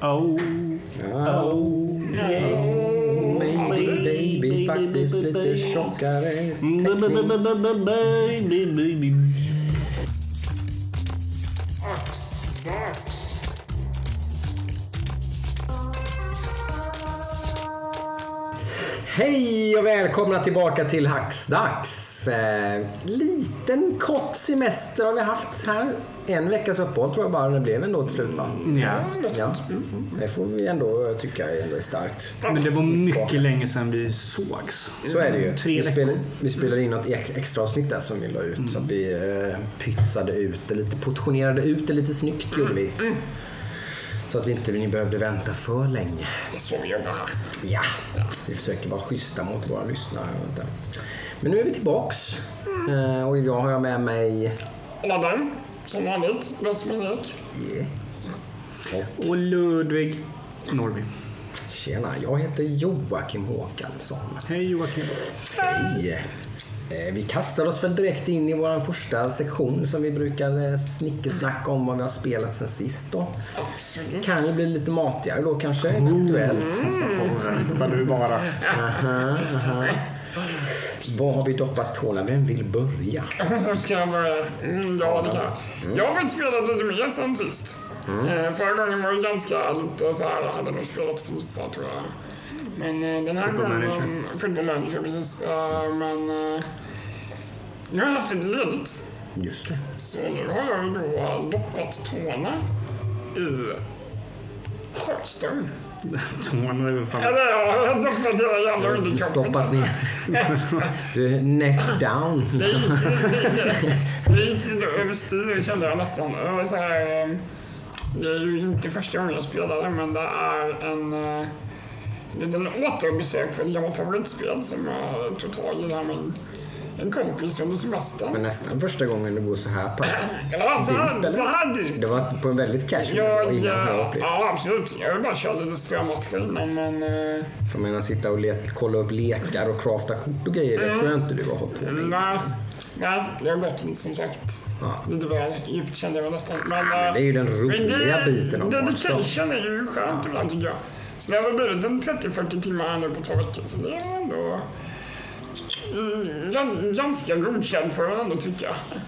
Oh. Baby, faktiskt lite tjockare. Hej och välkomna tillbaka till Hacksdags. Liten kort semester har vi haft här. En veckas uppehåll tror jag bara det blev ändå till slut, va? Ja. Det får vi ändå tycka är starkt. Men det var mycket länge sedan vi sågs. Så är det ju. 3 veckor. Vi spelade in något extra avsnitt där som vi la ut. Så att vi pytsade ut det lite, portionerade ut det lite snyggt gjorde vi. Så att ni behövde vänta för länge. Så vi jobbar här. Ja, vi försöker vara schyssta mot våra lyssnare. Men nu är vi tillbaks. Och idag har jag med mig Adam, som vanligt. Bästmännik. Yeah. Och Ludvig Norrby. Tjena, jag heter Joakim Håkansson. Hej Joakim. Hej. Vi kastar oss väl direkt in i vår första sektion som vi brukar snickesnacka om vad vi har spelat sen sist då. Absolut. Kan ju bli lite matigare då kanske, eventuellt. Vad du bara. Aha. Vad har vi doppat tårna? Vem vill börja? Ska jag börja? Ja, det kan jag. Jag har faktiskt spelat lite mer sen sist. Förra gången var det ganska lite så här. Jag hade nog spelat FIFA tror jag. Men den här gången... Football Manager, precis. Men nu har jag haft det ledigt. Just det. Så nu har jag då doppat tårna i Hearthstone. Tårna är väl fan. Eller jag har doppat hela jävla underkroppen. Stoppat ner. Du är neck down. Det gick lite överstyr kände jag nästan. Det var så här, det är ju inte första gången jag spelade, men det är en liten återbesök för ett gammalt favoritspel som jag tog tag i där med en kompis under semestern. Men nästan första gången det går så här pass. Ja, så här dyrt. Det var på en väldigt casual nivå innan jag upplevt. Ja, absolut. Jag vill bara köra lite strömmatcher innan, men... För menar sitta och kolla upp lekar och crafta kort och grejer, det tror jag inte du har hållit på med. Nej, det har gått lite som sagt. Ja. Lite väl djupt kände jag väl nästan. Men det är ju den roliga biten av dedication är ju skönt ibland tycker jag. Så det har väl blivit en 30-40 timmar här nu på 2 veckor. Så det är ändå ganska godkänd för att ändå tycka.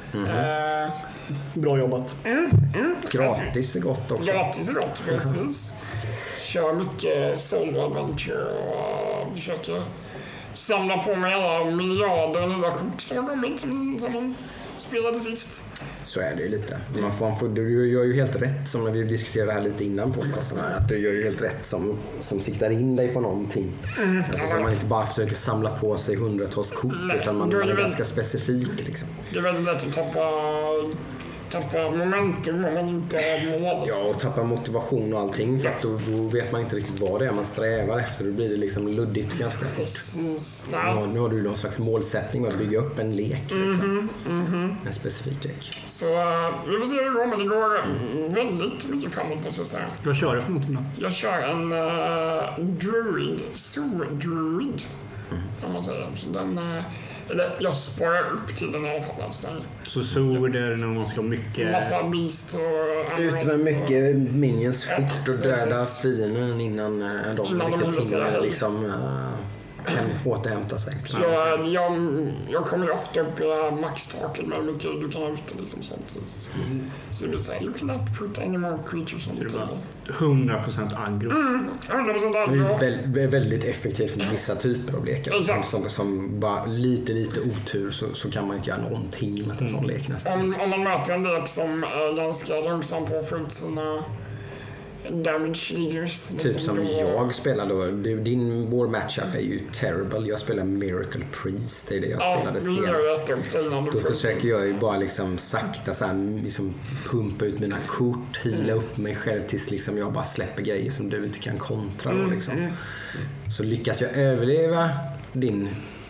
Bra jobbat. Gratis är gott också. Gratis är gott, precis. Kör mycket solo adventure och försöker samla på mig alla miljarder nya kort som har kommit som man spelade sist. Så är det ju lite. Du gör ju helt rätt som när vi diskuterade här lite innan podcasten här, att du gör ju helt rätt som siktar in dig på någonting. Alltså så man inte bara försöker samla på sig hundratals kort. Nej, utan man är ganska specifik liksom. Det är väldigt lätt att tappa momentum om man inte har mål. Ja, och tappa motivation och allting för att då vet man inte riktigt vad det är man strävar efter. Då blir det liksom luddigt ganska fort. Nu har du någon slags målsättning att bygga upp en lek liksom. En specifik lek. Så vi får se hur det går, men det går väldigt mycket framåt måste jag säga. Vad kör du för någonting då? Jag kör en druid, Zoo-druid kan man säga. Så den... jag sparar upp till den här fallet. Så är det när man ska ha mycket... Massa beast och... Ut med mycket minions fort och döda fienden innan de riktigt hinner liksom kan återhämta sig. Så jag kommer ofta upp i maxtaket med hur mycket du kan ha ute liksom sånt. Så det säger you cannot put any more creatures on the table. 100% aggro. 100% aggro. Det är väldigt effektivt med vissa typer av lekar. Som bara lite otur så kan man inte göra någonting med en sån lek nästan. Om man möter en lek som är ganska långsam på att få ut sina damage leaders. Typ som jag spelar då. Vår matchup är ju terrible. Jag spelar Miracle Priest. Det är det jag spelade senast. Då försöker jag ju bara liksom sakta så här, liksom pumpa ut mina kort, heala upp mig själv tills liksom jag bara släpper grejer som du inte kan kontra. Liksom. Så lyckas jag överleva din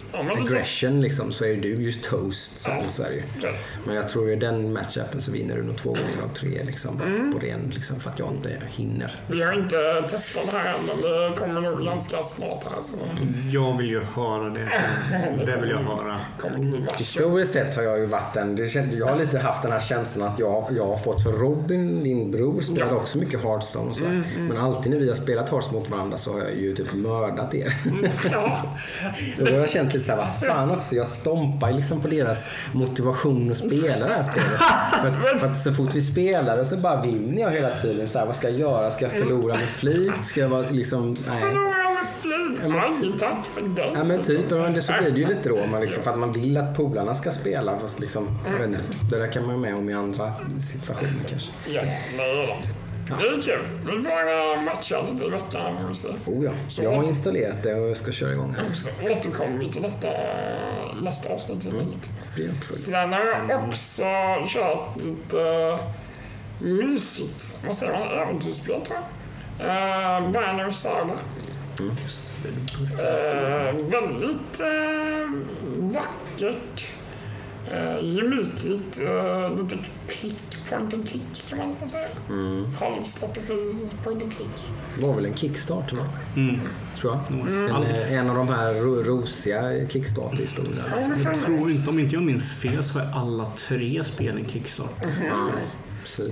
aggression liksom, så är du just toast som i Sverige. Men jag tror ju den matchupen så vinner du nog 2 gånger av 3 liksom, bara på ren liksom, för att jag inte hinner. Vi har inte testat det här än, men det kommer nog ganska snart här. Så. Jag vill ju höra det. Det vill jag höra. Historiskt sett har jag ju varit jag har lite haft den här känslan att jag har fått, för Robin, din bror, spelade också mycket Hearthstone och så. Men alltid när vi har spelat Hearthstone mot varandra så har jag ju typ mördat er. Då har jag känt lite såhär, vad fan också, jag stompar liksom på deras motivation att spela det här spelet. För att så fort vi spelar så bara vinner jag hela tiden. Så här, vad ska jag göra? Ska jag förlora med flit? Ska jag vara liksom... Nej. Förlora med flit? Tack för det. Ja men typ, men så blir det ju lite då. Man liksom, för att man vill att polarna ska spela. Fast liksom, jag vet inte, det där kan man med om i andra situationer kanske. Ja, nej då. Det är kul. Vi får matcha lite i veckan. Ja, jag har installerat det och jag ska köra igång här. Så återkommer vi till detta nästa avsnitt. Sen har jag också kört lite mysigt, vad säger man, äventyrsspel tror jag. Banner Saga. Väldigt vackert. Gemytligt, lite point and click kan man nästan säga. Halvstrategi, point and click. Det var väl en kickstart va? Tror jag. En av de här rosiga kickstart-historierna. Jag tror inte, om inte jag minns fel, så är alla 3 spel en kickstart. Precis.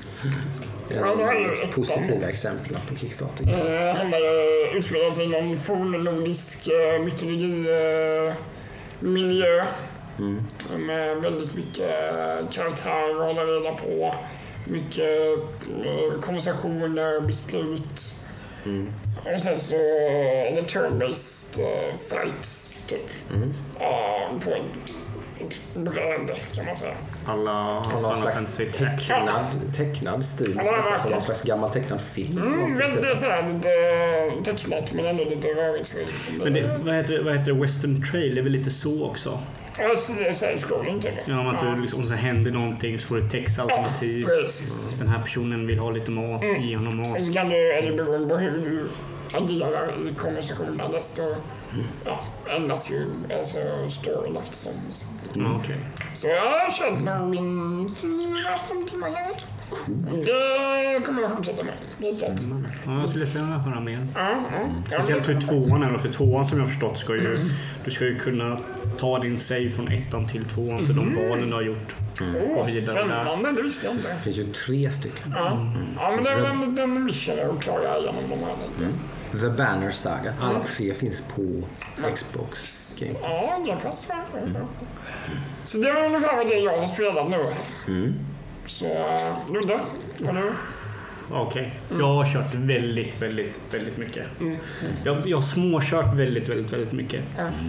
Ett positiva exempel på kickstart. Utspelar sig i någon fornnordisk mytologi-miljö. Med väldigt mycket karaktärer att hålla reda på, mycket konversationer, beslut och sen så är det turn-based fights typ på ett bräde kan man säga. Alla någon slags tecknad stil, nästan någon slags gammal tecknad film. Det är såhär lite tecknat men ändå lite rörelserikt. Men det, vad heter det? Western Trail, det är väl lite så också? Ja, det är side-scrolling typ. Ja, att du liksom, så händer någonting så får du textalternativ. Den här personen vill ha lite mat, ge honom mat. Och så kan du, eller beroende på hur du agerar i konversationen, desto ändras ju storyn eftersom. Okay. Så jag har kört nog min 4-5 timmar. Det kommer jag fortsätta med. Det är klart. Ja, jag skulle vilja höra mer. Speciellt hur 2:an är då, för 2:an som jag förstått du ska ju kunna ta din save från 1:an till 2:an, så de valen du har gjort. Spännande, det visste jag inte. Det finns ju 3 stycken. Ja, men det är väl den mission att klara igenom de här. The Banner Saga. Alla 3 finns på Xbox Game Pass. Ja, det passar. Så det var ungefär det jag har spelat nu. Så, Ludde, vad nu? Okej. Jag har kört väldigt, väldigt, väldigt mycket. Jag har småkört väldigt, väldigt, väldigt mycket.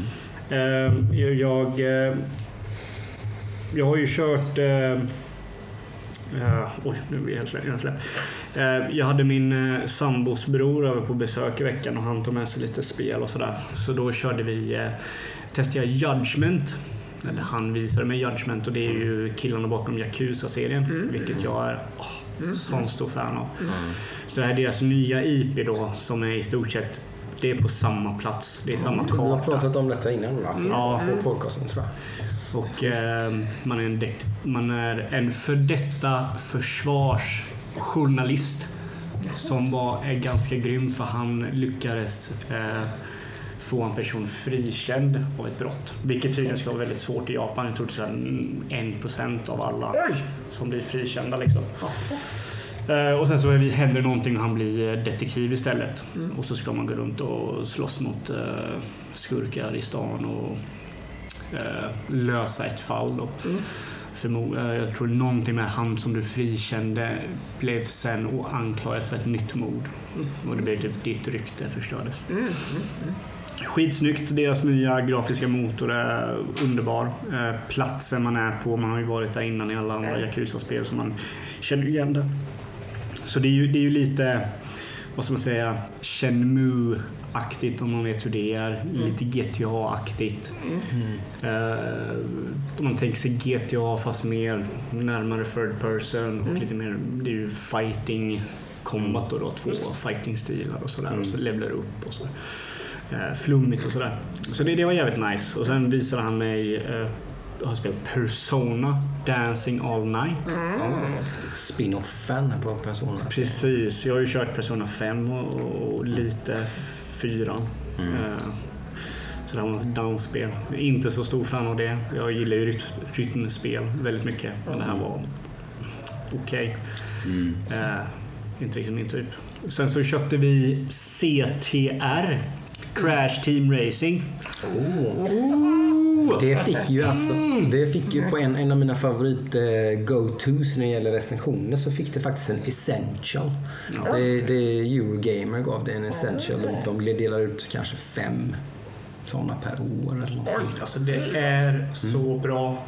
Jag har ju kört... nu blir jag helt släppt. Jag hade min sambos bror över på besök i veckan och han tog med sig lite spel och sådär. Så då körde vi... testade jag Judgment. Eller han visade mig Judgment, och det är ju killarna bakom Yakuza-serien, vilket jag är sån stor fan av. Så det här är deras nya IP då, som är i stort sett, det är på samma plats, det är samma karta. Du har pratat om detta innan va? Ja, på podcasten tror jag. Och man är en för detta försvarsjournalist som är ganska grym, för han lyckades få en person frikänd av ett brott. Vilket tydligen ska vara väldigt svårt i Japan. Jag tror att det är 1% av alla som blir frikända liksom. Och sen så händer någonting och han blir detektiv istället. Och så ska man gå runt och slåss mot skurkar i stan och lösa ett fall då. Jag tror någonting med han som du frikände blev sen och anklagad för ett nytt mord. Och det blev typ ditt rykte förstördes. Skitsnyggt, deras nya grafiska motor är underbar. Platsen man är på, man har ju varit där innan i alla andra Yakuza-spel, så man känner igen det. Så det är ju lite, vad ska man säga, Shenmue-aktigt om man vet hur det är. Lite GTA-aktigt. Om man tänker sig GTA fast mer närmare third person och lite mer, det är ju fighting combat och då 2 fighting-stilar och sådär, och så levlar upp och så. flummigt och sådär. Så det var jävligt nice. Och sen visade han mig har spelat Persona Dancing All Night. Spin-offen på Persona. Precis, jag har ju kört Persona 5 och lite 4. Så det var ett dansspel. Inte så stor fan av det. Jag gillar ju rytmspel väldigt mycket. Men det här var okej. Inte riktigt min typ. Sen så köpte vi CTR, Crash Team Racing. Det fick ju på en av mina favorit go-tos när det gäller recensioner, så fick det faktiskt en Essential. Det Eurogamer gav det en Essential. De delar ut kanske 5 sådana per år eller någonting. Alltså det är så bra.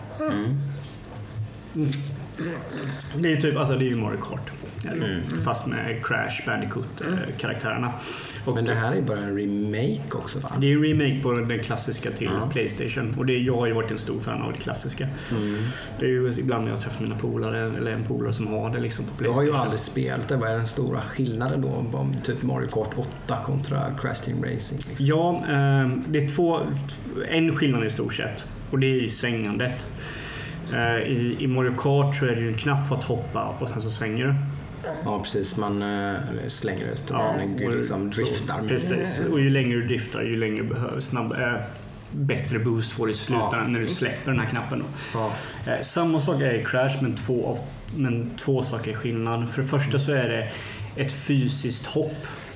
Det är typ, alltså det är ju Mario Kart. Fast med Crash Bandicoot-karaktärerna. Men det här är bara en remake också, va? Det är en remake på den klassiska till PlayStation. Och jag har ju varit en stor fan av det klassiska. Det är ju ibland när jag träffar mina polare eller en polare som har det liksom på PlayStation. Jag har ju aldrig spelat det. Vad är den stora skillnaden då om typ Mario Kart 8 kontra Crash Team Racing? Liksom? Ja, det är en skillnad i stort sett. Och det är i svängandet. I Mario Kart så är det ju en knapp för att hoppa och sen så svänger du. Ja, precis. Man slänger ut och man liksom driftar. Precis. Och ju längre du driftar, ju längre du behöver bättre boost får du i slutändan när du släpper den här knappen. Samma sak är i Crash, men två saker är skillnad. För det första så är det ett fysiskt hopp.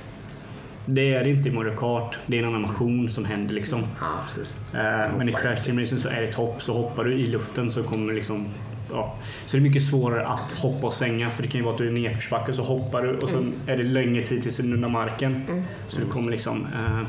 Det är det inte i Mario Kart. Det är en animation som händer liksom. Men i Crash Team Racing så är det ett hopp. Så hoppar du i luften så kommer liksom... Så det är mycket svårare att hoppa och svänga. För det kan ju vara att du är i nedförsbacke så hoppar du och så är det längre tid tills du nuddar marken. Så du kommer liksom...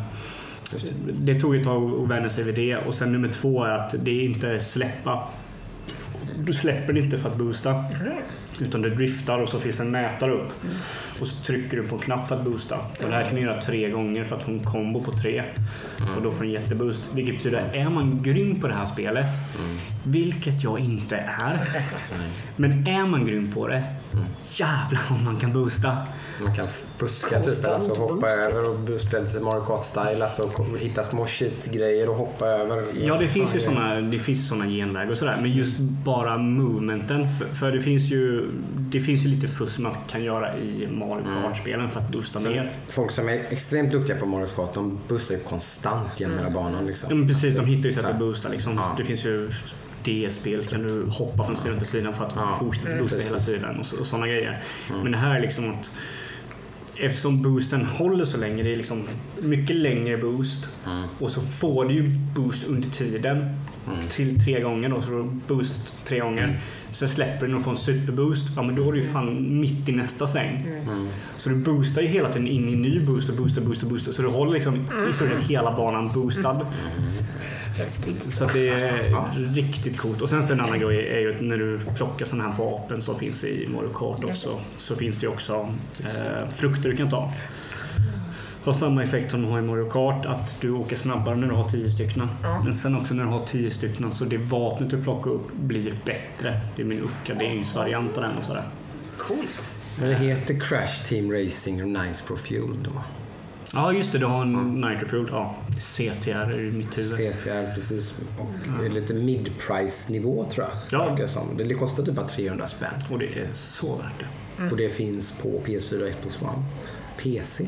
Det tog ett tag att vänja sig vid det. Och sen nummer 2 är att det är inte släppa. Du släpper det inte för att boosta. Utan du driftar och så finns en mätare upp. Och så trycker du på en knapp för att boosta. Och det här kan du göra 3 gånger för att få en kombo på 3. Och då får du en jätteboost. Vilket betyder att är man grym på det här spelet, vilket jag inte är, men är man grym på det, jävlar om man kan boosta. Man kan fuska typ, alltså hoppa över och boosta lite Mario Kart-style, alltså hitta små shit-grejer och hoppa över. Ja, det finns ju såna genvägar och sådär, men just bara movementen, för det finns ju lite fusk man kan göra i Mario Kart-spelen för att boosta ner. Folk som är extremt duktiga på Mario Kart, de boostar ju konstant genom hela banan liksom. Ja, men precis, de hittar ju sätt att boosta liksom. Det finns ju D-spel kan du hoppa från sidan till sidan för att fortsätta boosta hela tiden och sådana grejer. Men det här är liksom att eftersom boosten håller så länge, det är liksom mycket längre boost och så får du ju boost under tiden till 3 gånger då, så då boost 3 gånger. Sen släpper du och får en superboost, ja men då är du ju fan mitt i nästa sväng. Så du boostar ju hela tiden in i ny boost och booster så du håller liksom i stort sett hela banan boostad. Häftigt. Så det är riktigt coolt. Och sen så en annan grej är ju att när du plockar sådana här vapen som finns i Mario Kart också, så finns det ju också frukter du kan ta. Har samma effekt som de har i Mario Kart, att du åker snabbare när du har 10 stycken. Men sen också när du har 10 stycken så det vapnet du plockar upp blir bättre. Det är min uppgraderingsvariant av den och sådär. Coolt. Men det heter Crash Team Racing och Nitro Fuel då? Ja, just det. Du har en Nitro Fuel. Ja, CTR i mitt huvud. CTR, precis. Och det är lite mid-price-nivå tror jag. Ja. Det kostar typ bara 300 spänn. Och det är så värt det. Och det finns på PS4 och Xbox One. PC?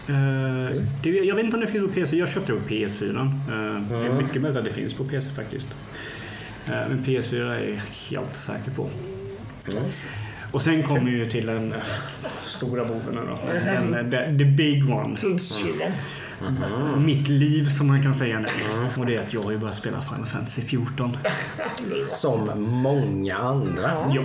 Jag vet inte om det finns på PC. Jag köpte det på PS4. Det är mycket möjligt att det finns på PC faktiskt. Men PS4 är jag helt säker på. Och sen kommer ju till den stora boven då. The big one. Mitt liv som man kan säga nu. Och det är att jag har ju börjat spela Final Fantasy 14. Som många andra. Ja.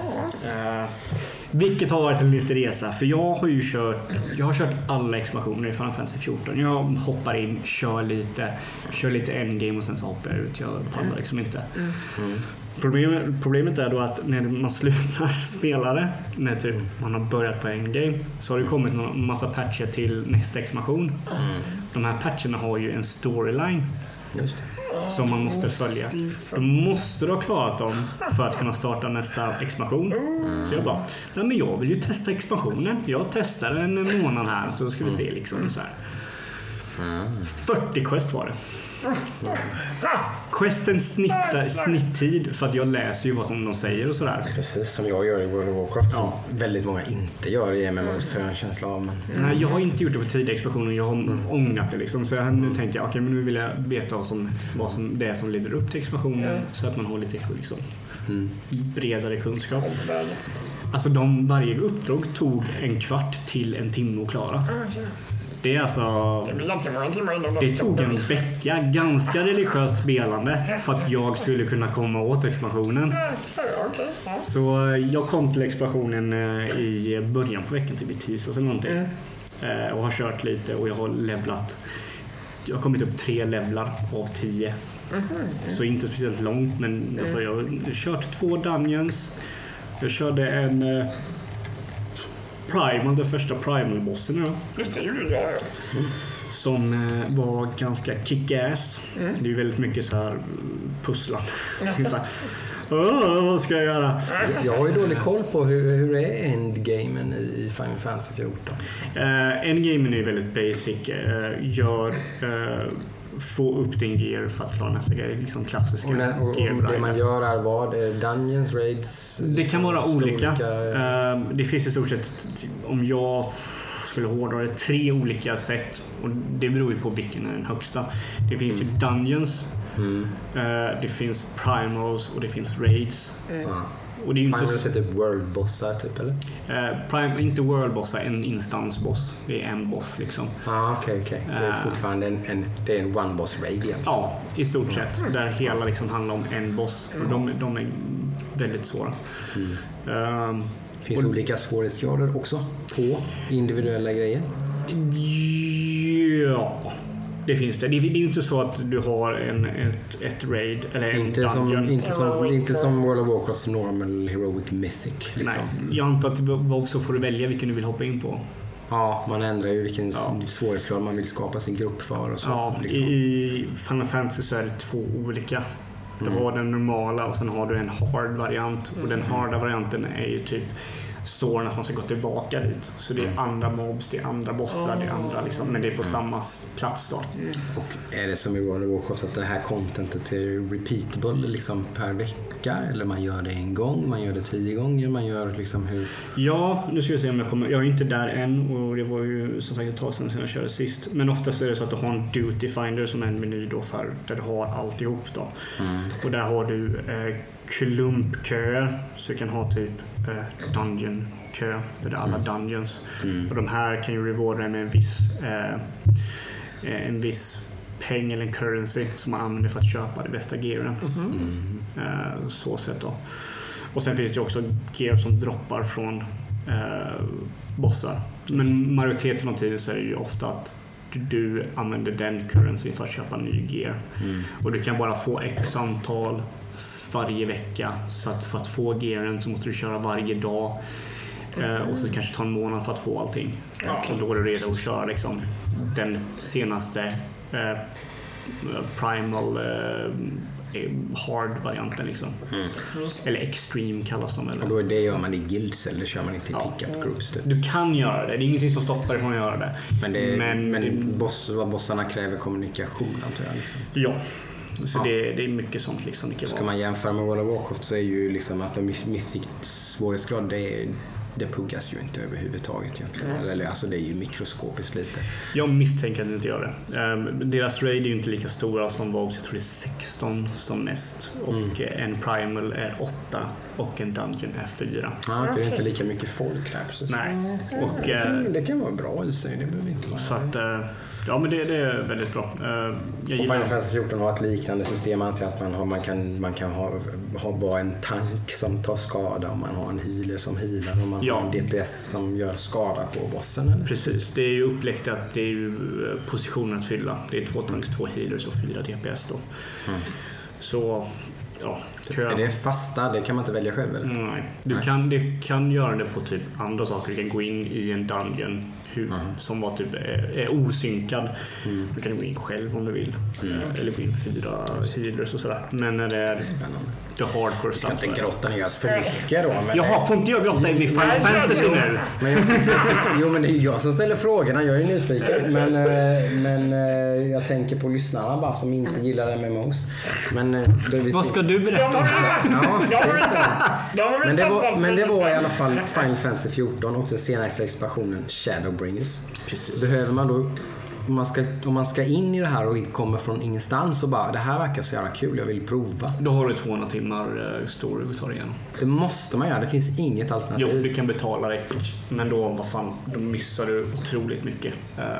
Vilket har varit en liten resa. För jag har kört alla expansioner i Final Fantasy 14. Jag hoppar in, kör lite endgame och sen så hoppar jag ut. Jag pallar liksom inte. Problemet är då att när man slutar spela det, när typ man har börjat på endgame, så har det kommit en massa patcher till nästa expansion. De här patcherna har ju en storyline. Just det. Som man måste följa. Då måste du ha klarat dem för att kunna starta nästa expansion. Så jag bara, nej men jag vill ju testa expansionen. Jag testar en månad här så ska vi se liksom så här. 40 quest var det. Questens snitttid, för att jag läser ju vad som de säger och sådär. Precis som jag gör i World of Warcraft, som väldigt många inte gör i MMO, så jag har en känsla av. Nej, jag har inte gjort det på tidiga expansioner, jag har ångat det liksom. Så nu tänkte jag, okej, men nu vill jag veta vad som det är som leder upp till expansionen, så att man har lite liksom bredare kunskap. Alltså varje uppdrag tog 1/4 till 1 timme att klara. Det är alltså... Det tog en vecka ganska religiöst spelande för att jag skulle kunna komma åt expansionen. Så jag kom till expansionen i början på veckan, typ i tisdags eller någonting. Och har kört lite och jag har levlat. Jag har kommit upp 3 levlar av 10. Så inte speciellt långt, men alltså, jag har kört 2 dungeons. Jag körde en... Primal, den första Primal-bossen då. Just det, gjorde jag. Som var ganska kick-ass. Det är ju väldigt mycket så här pusslan. Vad ska jag göra? Jag har ju dålig koll på hur är endgamen i Final Fantasy 14. Endgamen är ju väldigt basic. Få upp din gear för att klara nästa grej, liksom klassiska gear. Det man gör är vad? Dungeons, raids? Det kan vara olika. Det finns i stort sett, om jag skulle hårdra det, 3 olika sätt, och det beror ju på vilken är den högsta. Det finns ju dungeons, det finns primals och det finns raids. Och det är ju inte så typ world-bossar typ, eller? Inte world-bossar, en instansboss. Det är en boss liksom. Okej. Det är fortfarande en one-boss raid egentligen. Ja, i stort sett. Där hela liksom handlar om en boss. Och de är väldigt svåra. Finns olika svårighetsgrader också på individuella grejer? Ja, det finns det. Det är ju inte så att du har ett raid eller en dungeon. Inte som World of Warcraft normal heroic mythic. Liksom. Nej, jag antar att så får du välja vilken du vill hoppa in på. Ja, man ändrar ju vilken svårighetsgrad man vill skapa sin grupp för och så. Ja, liksom. I Final Fantasy så är det 2 olika. Du har den normala och sen har du en hard variant. Och den harda varianten är ju typ storyn att man ska gå tillbaka dit. Så det är andra mobs, det är andra bossar, det är andra liksom, men det är på samma plats då. Och är det som i World of Warcraft att det här contentet är repeatable liksom per vecka, eller man gör det en gång, man gör det 10 gånger, man gör liksom hur? Ja, nu ska vi se om jag är inte där än, och det var ju som sagt ett tag sedan jag körde sist, men oftast är det så att du har en duty finder som är en meny då för där du har alltihop då. Och där har du klumpköer, så du kan ha typ dungeon-kö där det är alla dungeons. Och de här kan ju rewarda med en viss peng eller en currency som man använder för att köpa det bästa gearen. Så sätt då. Och sen finns det också gear som droppar från bossar. Men majoriteten av tiden så är det ju ofta att du använder den currency för att köpa ny gear. Och du kan bara få x antal varje vecka, så att för att få gearen så måste du köra varje dag, och så kanske ta en månad för att få allting. Och då är du redo att köra liksom den senaste primal hard-varianten liksom. Eller extreme kallas de. Eller? Och då det gör man i guilds, eller kör man inte i pick-up groups? Du kan göra det. Det är ingenting som stoppar dig från att göra det. Men bossarna kräver kommunikation, antar jag. Liksom. Ja. Så det är mycket sånt liksom. Ska man jämföra med World of Warcraft så är ju liksom att Mythic svårighetsgrad det puggas ju inte överhuvudtaget egentligen. Eller alltså det är ju mikroskopiskt lite. Jag misstänker att det inte gör det. Deras raid är ju inte lika stora som WoW. Jag tror det är 16 som mest. Och en primal är 8 och en dungeon är 4. Det är inte lika mycket folk här precis. Nej. Och, det kan vara bra i sig. Det behöver inte vara. Så att, ja, men det är väldigt bra. Och Final Fantasy 14 har ett liknande system, antar att man kan vara en tank som tar skada, om man har en healer som healar, om man har en DPS som gör skada på bossen. Eller? Precis, det är ju uppläggt att det är ju positionen att fylla. Det är 2 tanks, 2 healers och 4 DPS då. Så Är det fasta? Det kan man inte välja själv eller? Nej. Du kan göra det på typ andra saker. Du kan gå in i en dungeon som var typ är osynkad. Du kan gå in själv om du vill. Eller gå in 4 healers och sådär. Men när det är the hardcore stuff. Jag ska inte grotta ner oss för mycket då. Men jaha, får inte jag grotta in i Final Fantasy nu? Men det är ju jag som ställer frågorna. Jag är nyfiken. Men jag tänker på lyssnarna bara som inte gillar MMOs. Men vad ska du berätta? Men det var i alla fall Final Fantasy 14 och den senaste expansionen Shadowbringers. Precis. Behöver man då om man ska in i det här och inte kommer från ingenstans och bara det här verkar så jävla kul, jag vill prova. Då har du 200 timmar story att ta dig igenom. Det måste man göra, det finns inget alternativ. Jo, du kan betala dig, men då missar du otroligt mycket.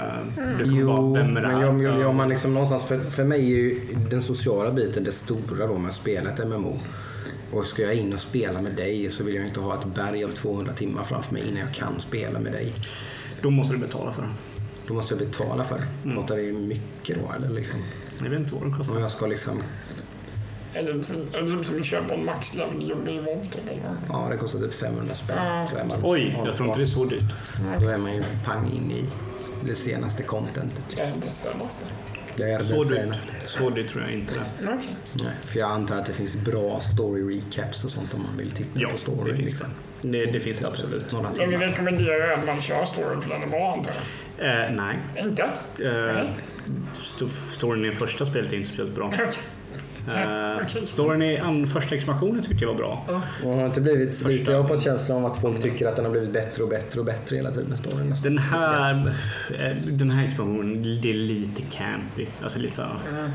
Men om man liksom någonstans för mig är ju den sociala biten det stora då med att spela ett MMO. Och ska jag in och spela med dig så vill jag inte ha ett berg av 200 timmar framför mig innan jag kan spela med dig. Då måste du betala för det. Då måste jag betala för det. Låter det mycket då eller liksom? Jag vet inte vad det kostar. Om jag ska liksom... Eller du som köper en max-level i WoW typ eller? Ja, det kostar typ 500 spänn. Oj, jag tror inte det är så dyrt. Då är man ju pang in i det senaste contentet. Det är det senaste. Det är det senaste. Så dyrt tror jag inte det. Okay. Nej, för jag antar att det finns bra story recaps och sånt om man vill titta på story. Det finns liksom. det finns det absolut. Men vi rekommenderar att man kör storyn för den är bra antar jag. Nej. Inte? Storyn i det första spelet är inte speciellt bra. Storyn i första expansionen tyckte jag var bra. Och har inte blivit lite, jag har fått känslan om att folk tycker att den har blivit bättre och bättre och bättre hela tiden. Storyn den här expansionen, det är lite campy. Alltså lite så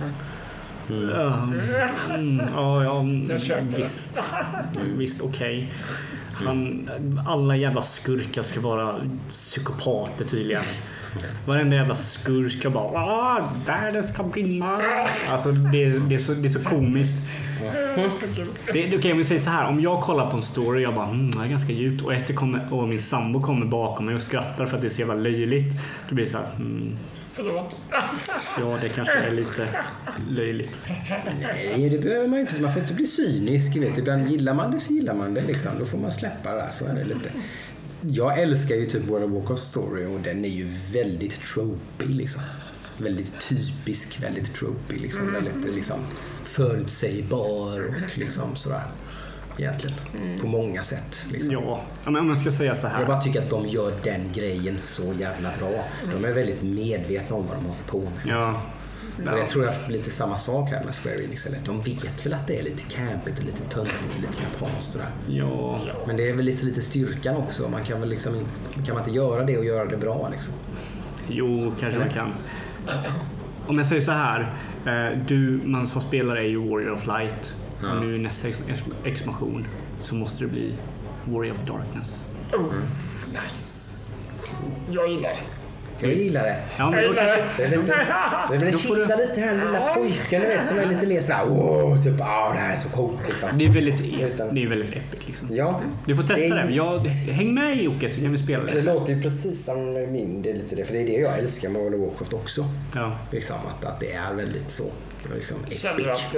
visst okej. Alla jävla skurkar ska vara psykopater tydligen. Varenda jävla skurk ska bara världen ska brinna. Alltså det är så komiskt. Okej, om vi säger så här, om jag kollar på en story jag bara det är ganska djupt och Ester och min sambo kommer bakom mig och skrattar för att det är så jävla löjligt. Då blir det så här förlåt. Ja, det kanske är lite löjligt. Nej, det behöver man inte. Man får inte bli cynisk, vet. Ibland gillar man det så gillar man det liksom. Då får man släppa det. Så är det lite. Jag älskar ju typ World of Warcraft story och den är ju väldigt tropig liksom. Väldigt typisk, väldigt tropig liksom. Väldigt liksom förutsägbar och liksom sådär. Egentligen. På många sätt liksom. Ja, men om jag ska säga så här. Jag bara tycker att de gör den grejen så jävla bra. De är väldigt medvetna om vad de har på med. Ja. Men jag tror jag är lite samma sak här med Square Enix. De vet väl att det är lite campigt och lite töntigt och lite japanskt sådär. Ja. Men det är väl lite styrkan också. Man kan väl liksom, kan man inte göra det och göra det bra liksom? Jo, kanske man kan. Om jag säger så här. Man som spelare är ju Warrior of Light. Och nu nästa expansion så måste det bli Warrior of Darkness. Nice. Jag gillar det. Jag gillar det. Ja, men det vill kittla lite här lilla pojken du vet som är lite mer sådär typ det här är så coolt liksom. Det är väldigt epic liksom. Ja. Du får testa det. Häng med Jocke så kan vi spela det. Det låter ju precis som min, det är lite det, för det är det jag älskar med World of Warcraft också. Ja. Liksom att det är väldigt så liksom epic. Känner att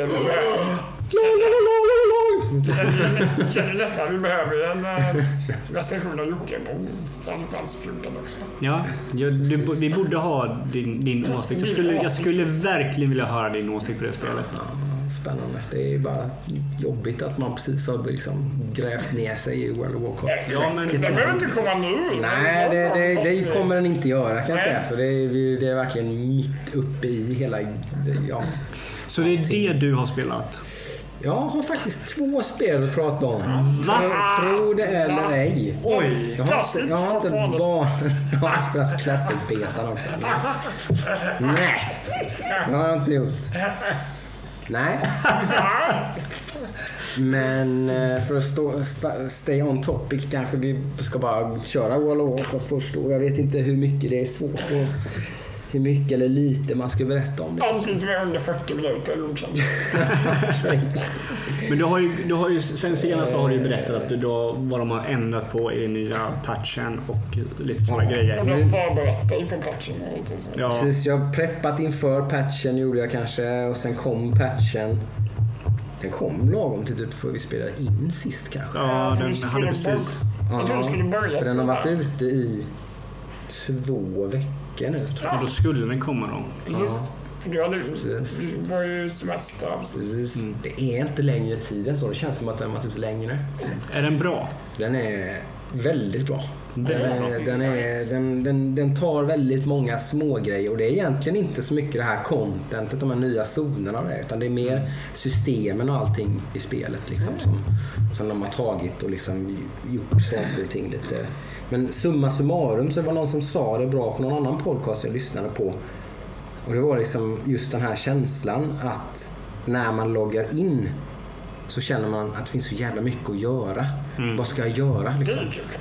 känner nästan vi behöver en recension av Jocke på Final Fantasy 14 också. Ja, vi borde ha din åsikt. Jag skulle verkligen vilja höra din åsikt på det spelet. Ja, spännande. Det är bara jobbigt att man precis har liksom grävt ner sig i World of Warcraft. Ja, men det behöver inte komma nu. Nej, det kommer den inte göra kan jag säga. För det är verkligen mitt uppe i hela... Ja. Så det är det du har spelat? Jag har faktiskt 2 spel att prata om. Tror det eller ej. Oj! Jag har inte bara spelat Classic-betan också. Nej! Det har jag inte gjort. Nej. Men för att stay on topic kanske vi ska bara köra World of Warcraft först. Och jag vet inte hur mycket det är svårt hur mycket eller lite man ska berätta om det. Allting som är under 40 minuter är godkänt. Men du har ju sen senast har du berättat att vad de har ändrat på i den nya patchen och lite sådana grejer. Och du har förberett dig för patchen. Ja. Precis, jag har preppat inför patchen gjorde jag kanske och sen kom patchen. Den kom lagom till typ för vi spelade in sist kanske. Ja, den hade precis. Jag tror du skulle börja. För den har varit ute i 2 veckor nu. Ja, då skulle den komma då. Precis. För du var ju semester. Precis. Det är inte längre tiden så. Det känns som att den har varit ute längre. Är den bra? Den är väldigt bra. Den tar väldigt många små grejer och det är egentligen inte så mycket det här contentet, de här nya zonerna där, utan det är mer systemen och allting i spelet liksom, som de har tagit och liksom gjort saker och ting lite. Men summa summarum så var någon som sa det bra på någon annan podcast jag lyssnade på, och det var liksom just den här känslan att när man loggar in så känner man att det finns så jävla mycket att göra. Vad ska jag göra liksom?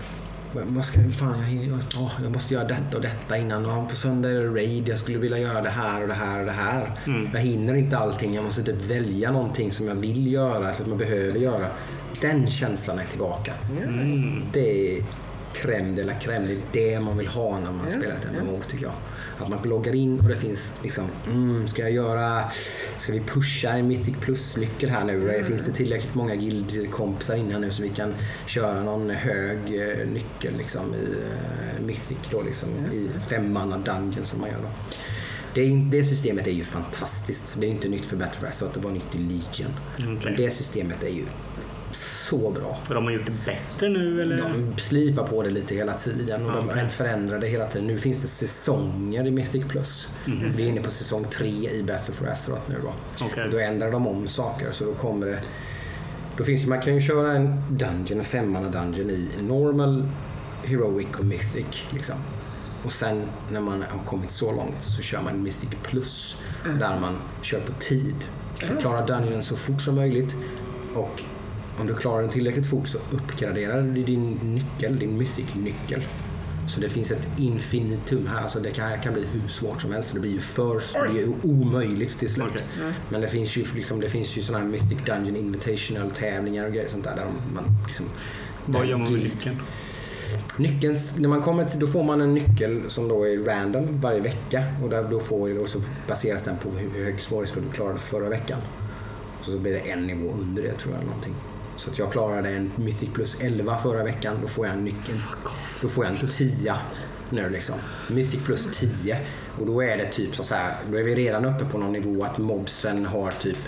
Jag måste göra detta och detta innan. Och på söndag är det raid. Jag skulle vilja göra det här och det här och det här. Jag hinner inte allting. Jag måste typ välja någonting som jag vill göra, så att man behöver göra. Den känslan är tillbaka. Det är crème de la crème. Det är det man vill ha när man spelar ett MMO, tycker jag. Att man loggar in och det finns liksom, ska vi pusha en Mythic Plus-nyckel här nu? Finns det tillräckligt många guildkompisar innan nu så vi kan köra någon hög nyckel liksom i Mythic då liksom, i 5-manna dungeon som man gör då. Det systemet är ju fantastiskt. Det är inte nytt för Battlefield så att det var nytt i Legion. Men det systemet är ju så bra. För de har gjort det bättre nu eller? De slipar på det lite hela tiden och de förändrar det hela tiden. Nu finns det säsonger i Mythic Plus. Vi är inne på säsong 3 i Battle for Azeroth nu då. Och då ändrar de om saker, så då kommer det. Då finns det, man kan ju köra en dungeon, en 5-manna dungeon i normal, heroic och mythic liksom. Och sen när man har kommit så långt så kör man Mythic Plus där man kör på tid. Du klarar dungeonen så fort som möjligt, och om du klarar den tillräckligt fort så uppgraderar du din nyckel, din Mythic-nyckel. Så det finns ett infinitum här, alltså det kan bli hur svårt som helst. Det blir ju omöjligt till slut. Men det finns ju sådana här Mythic Dungeon Invitational tävlingar och grejer sånt där man liksom. Vad gör man med nyckeln? Nyckeln, när man kommer till, då får man en nyckel som då är random varje vecka, och då så baseras den på hur hög svårighetsgrad du klarade förra veckan. Så blir det en nivå under det, tror jag, någonting. Så att jag klarade en Mythic Plus 11 förra veckan, då får jag en nyckel. Då får jag en 10 nu liksom. Mythic Plus 10. Och då är det typ så här, då är vi redan uppe på någon nivå att mobsen har typ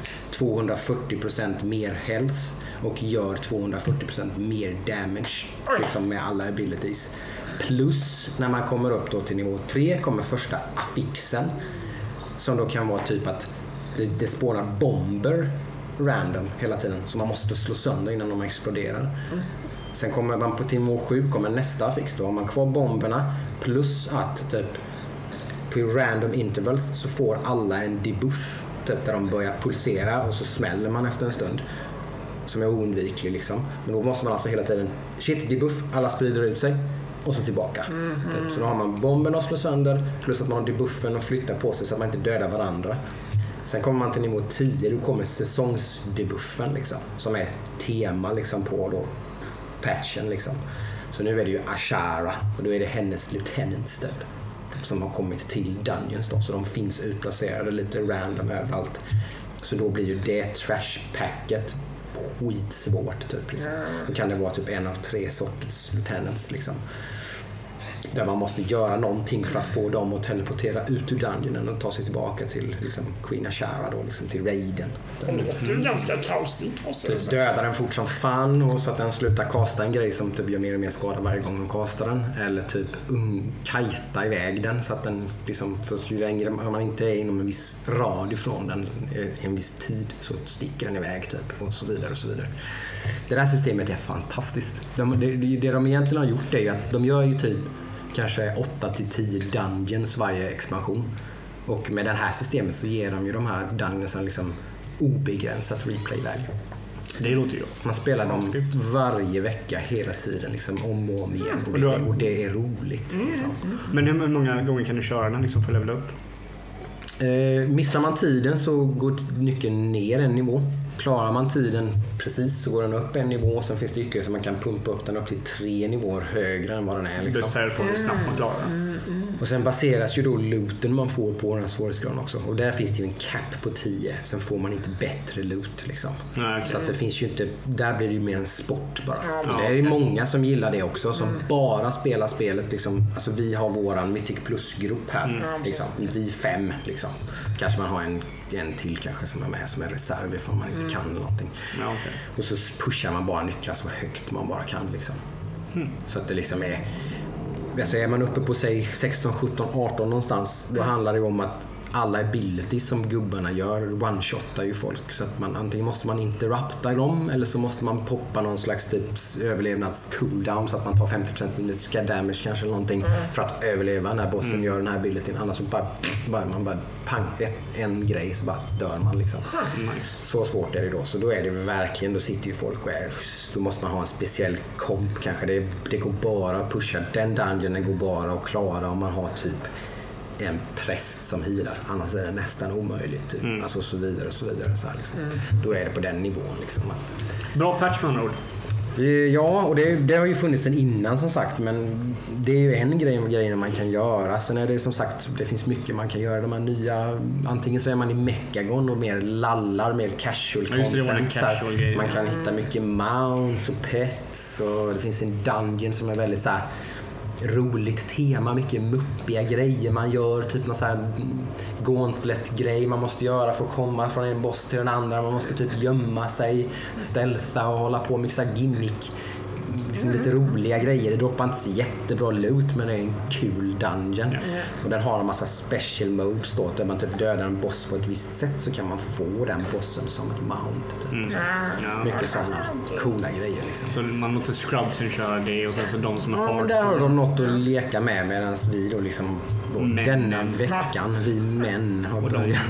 240% mer health och gör 240% mer damage liksom, med alla abilities. Plus när man kommer upp då till nivå 3 kommer första affixen, som då kan vara typ att det spånar bomber random hela tiden, så man måste slå sönder innan de exploderar. Sen kommer man på nivå 7 kommer nästa affix, då har man kvar bomberna, plus att typ på random intervals så får alla en debuff typ, där de börjar pulsera och så smäller man efter en stund, som är oundviklig liksom. Men då måste man alltså hela tiden debuff, alla sprider ut sig och så tillbaka. Typ. Så då har man bomben att slå sönder, plus att man har debuffen och flyttar på sig så att man inte dödar varandra. Sen kommer man till nivå 10, då kommer säsongsdebuffen liksom, som är tema liksom på då patchen liksom. Så nu är det ju Ashara, och då är det hennes lieutenants typ, som har kommit till Dungeons då, så de finns utplacerade lite random överallt. Så då blir ju det trashpacket skitsvårt typ liksom. Då kan det vara typ en av 3 sorters lieutenants liksom, där man måste göra någonting för att få dem att teleportera ut ur dungeonen och ta sig tillbaka till liksom, Queen Ashara då, liksom, till raiden. Det låter ju ganska kaosigt. Typ dödar den fort som fan, och så att den slutar kasta en grej som typ gör mer och mer skada varje gång de kastar den. Eller typ kajta iväg den, så att den liksom, för ju längre man inte är inom en viss radie från den en viss tid, så sticker den iväg typ, och så vidare och så vidare. Det där systemet är fantastiskt. Det de egentligen har gjort är ju att de gör ju typ kanske 8-10 dungeons varje expansion. Och med det här systemet så ger de ju de här dungeonsen liksom obegränsat replay-värde. Det låter ju. Man spelar dem varje vecka hela tiden liksom, om och om igen. Och det är roligt. Liksom. Men hur många gånger kan du köra den liksom, för att levela upp? Missar man tiden så går nyckeln ner en nivå. Klarar man tiden precis så går den upp en nivå. Sen finns det ytterligare så man kan pumpa upp den upp till 3 nivåer högre än vad den är. Liksom. Det är på hur snabbt man klarar den. Och sen baseras ju då looten man får på den här svårighetsgraden också. Och där finns det ju en cap på 10. Sen får man inte bättre loot liksom. Okay. Så att det finns ju inte, där blir det ju mer en sport bara. Det är ju många som gillar det också, som bara spelar spelet liksom. Alltså vi har våran Mythic Plus-grupp här liksom. Vi 5 liksom. Kanske man har en till kanske som är med som är reserv ifall man inte kan eller någonting. Och så pushar man bara nycklar så högt man bara kan liksom. Så att det liksom är, alltså är man uppe på sig 16, 17, 18 någonstans, då handlar det om att alla abilities som gubbarna gör one-shotar ju folk. Så att man, antingen måste man interrupta dem eller så måste man poppa någon slags typ överlevnads cooldown så att man tar 50% mindre damage kanske eller någonting för att överleva när bossen gör den här abilityn. Annars så bara man bara pang en grej så bara dör man liksom. Så svårt är det då. Så då är det verkligen, då sitter ju folk och då måste man ha en speciell komp kanske. Det går bara att pusha den dungeonen, går bara att klara om man har typ en präst som healar, annars är det nästan omöjligt typ. Alltså så vidare så här liksom. Då är det på den nivån liksom att... Bra patch med ord. Ja, och det har ju funnits sen innan som sagt, men det är ju en grej med grejerna man kan göra. Sen är det som sagt, det finns mycket man kan göra. De här nya, antingen så är man i Mechagon och mer lallar, mer casual content. Man kan hitta mycket mounts och pets och det finns en dungeon som är väldigt så här roligt tema, mycket muppiga grejer man gör, typ någon så här gauntlet-grej man måste göra för att komma från en boss till den andra. Man måste typ gömma sig, stealtha och hålla på med så här gimmick, liksom lite roliga grejer. Det droppar inte så jättebra loot, men det är en kul dungeon. Och den har en massa special modes då, där man typ dödar en boss på ett visst sätt så kan man få den bossen som ett mount typ. Mycket sådana coola grejer liksom. Så man låter scrubsen köra det och sen så de som är hardcore. Där har de något att leka med medan vi då liksom denna veckan, vi män har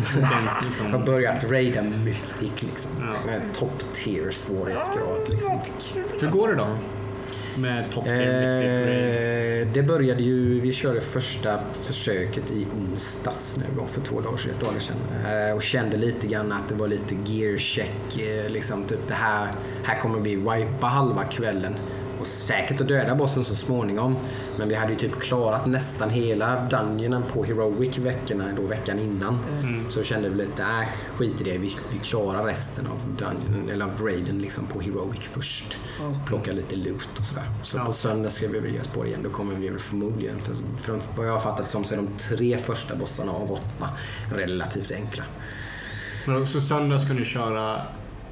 börjat raida Mythic liksom. Med top tier svårighetsgrad liksom. Hur går det då? Med top tier det började ju, vi körde första försöket i onsdags nu då, för 2 dagar sedan. Och kände lite grann att det var lite gear check liksom typ det här kommer vi wipa halva kvällen och säkert att döda bossen så småningom, men vi hade ju typ klarat nästan hela dungeonen på Heroic veckan innan. Så kände vi lite skit i det, vi klarar resten av dungeonen eller av raiden liksom på Heroic först, plocka lite loot och sådär. Så på söndag ska vi väl ge oss på det igen, då kommer vi väl förmodligen, för vad jag har fattat som så är de 3 första bossarna av 8 relativt enkla. Så söndag ska ni köra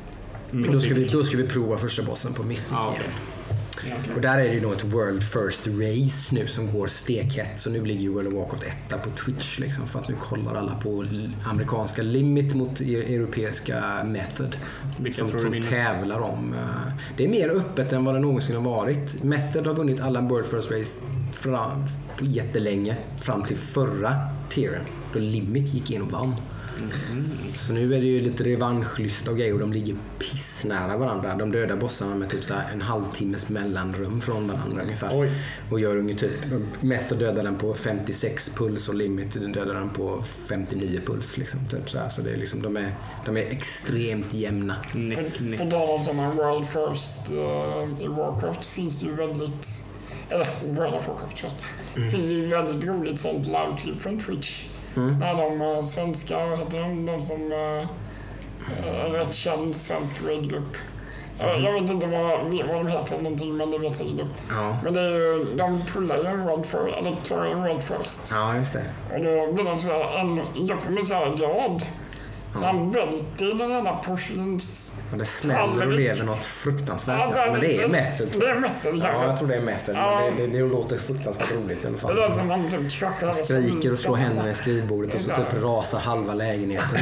då ska vi prova första bossen på Mythic igen. Och där är det ju då ett World First Race nu som går stekhett. Så nu ligger ju World of Warcraft 1 på Twitch liksom, för att nu kollar alla på amerikanska Limit mot europeiska Method som tävlar om. Det är mer öppet än vad det någonsin har varit. Method har vunnit alla World First Race på jättelänge fram till förra tieren då Limit gick in och vann. Så nu är det ju lite revanschlysta och grejer och de ligger pissnära varandra. De dödar bossarna med typ så här en halvtimmes mellanrum från varandra ungefär. Och gör ungefär typ, Method dödar den på 56 puls och Limit dödar den på 59 puls liksom, typ så här. Så det är liksom, de är extremt jämna. På dagen som en World First i Warcraft finns det ju väldigt, eller World of Warcraft finns det ju väldigt roligt sånt live-klipp från Twitch. När de svenska, de som rätt känd svensk raidgrupp. Jag vet inte vad de heter någonting, men det vet jag inte. Men det är ju, de pullar ju en world first, eller klarar en world first. Ja, just det. Och då blir de såhär, jag kommer såhär glad. Så han välter den där porslins... Och det smäller och lever något fruktansvärt. Men det är Method. Det är Method. Ja, jag tror det är Method. Men det låter fruktansvärt roligt i alla fall. Det är som han typ tjockar. Skriker och slår händerna i skrivbordet och så typ rasar halva lägenheten.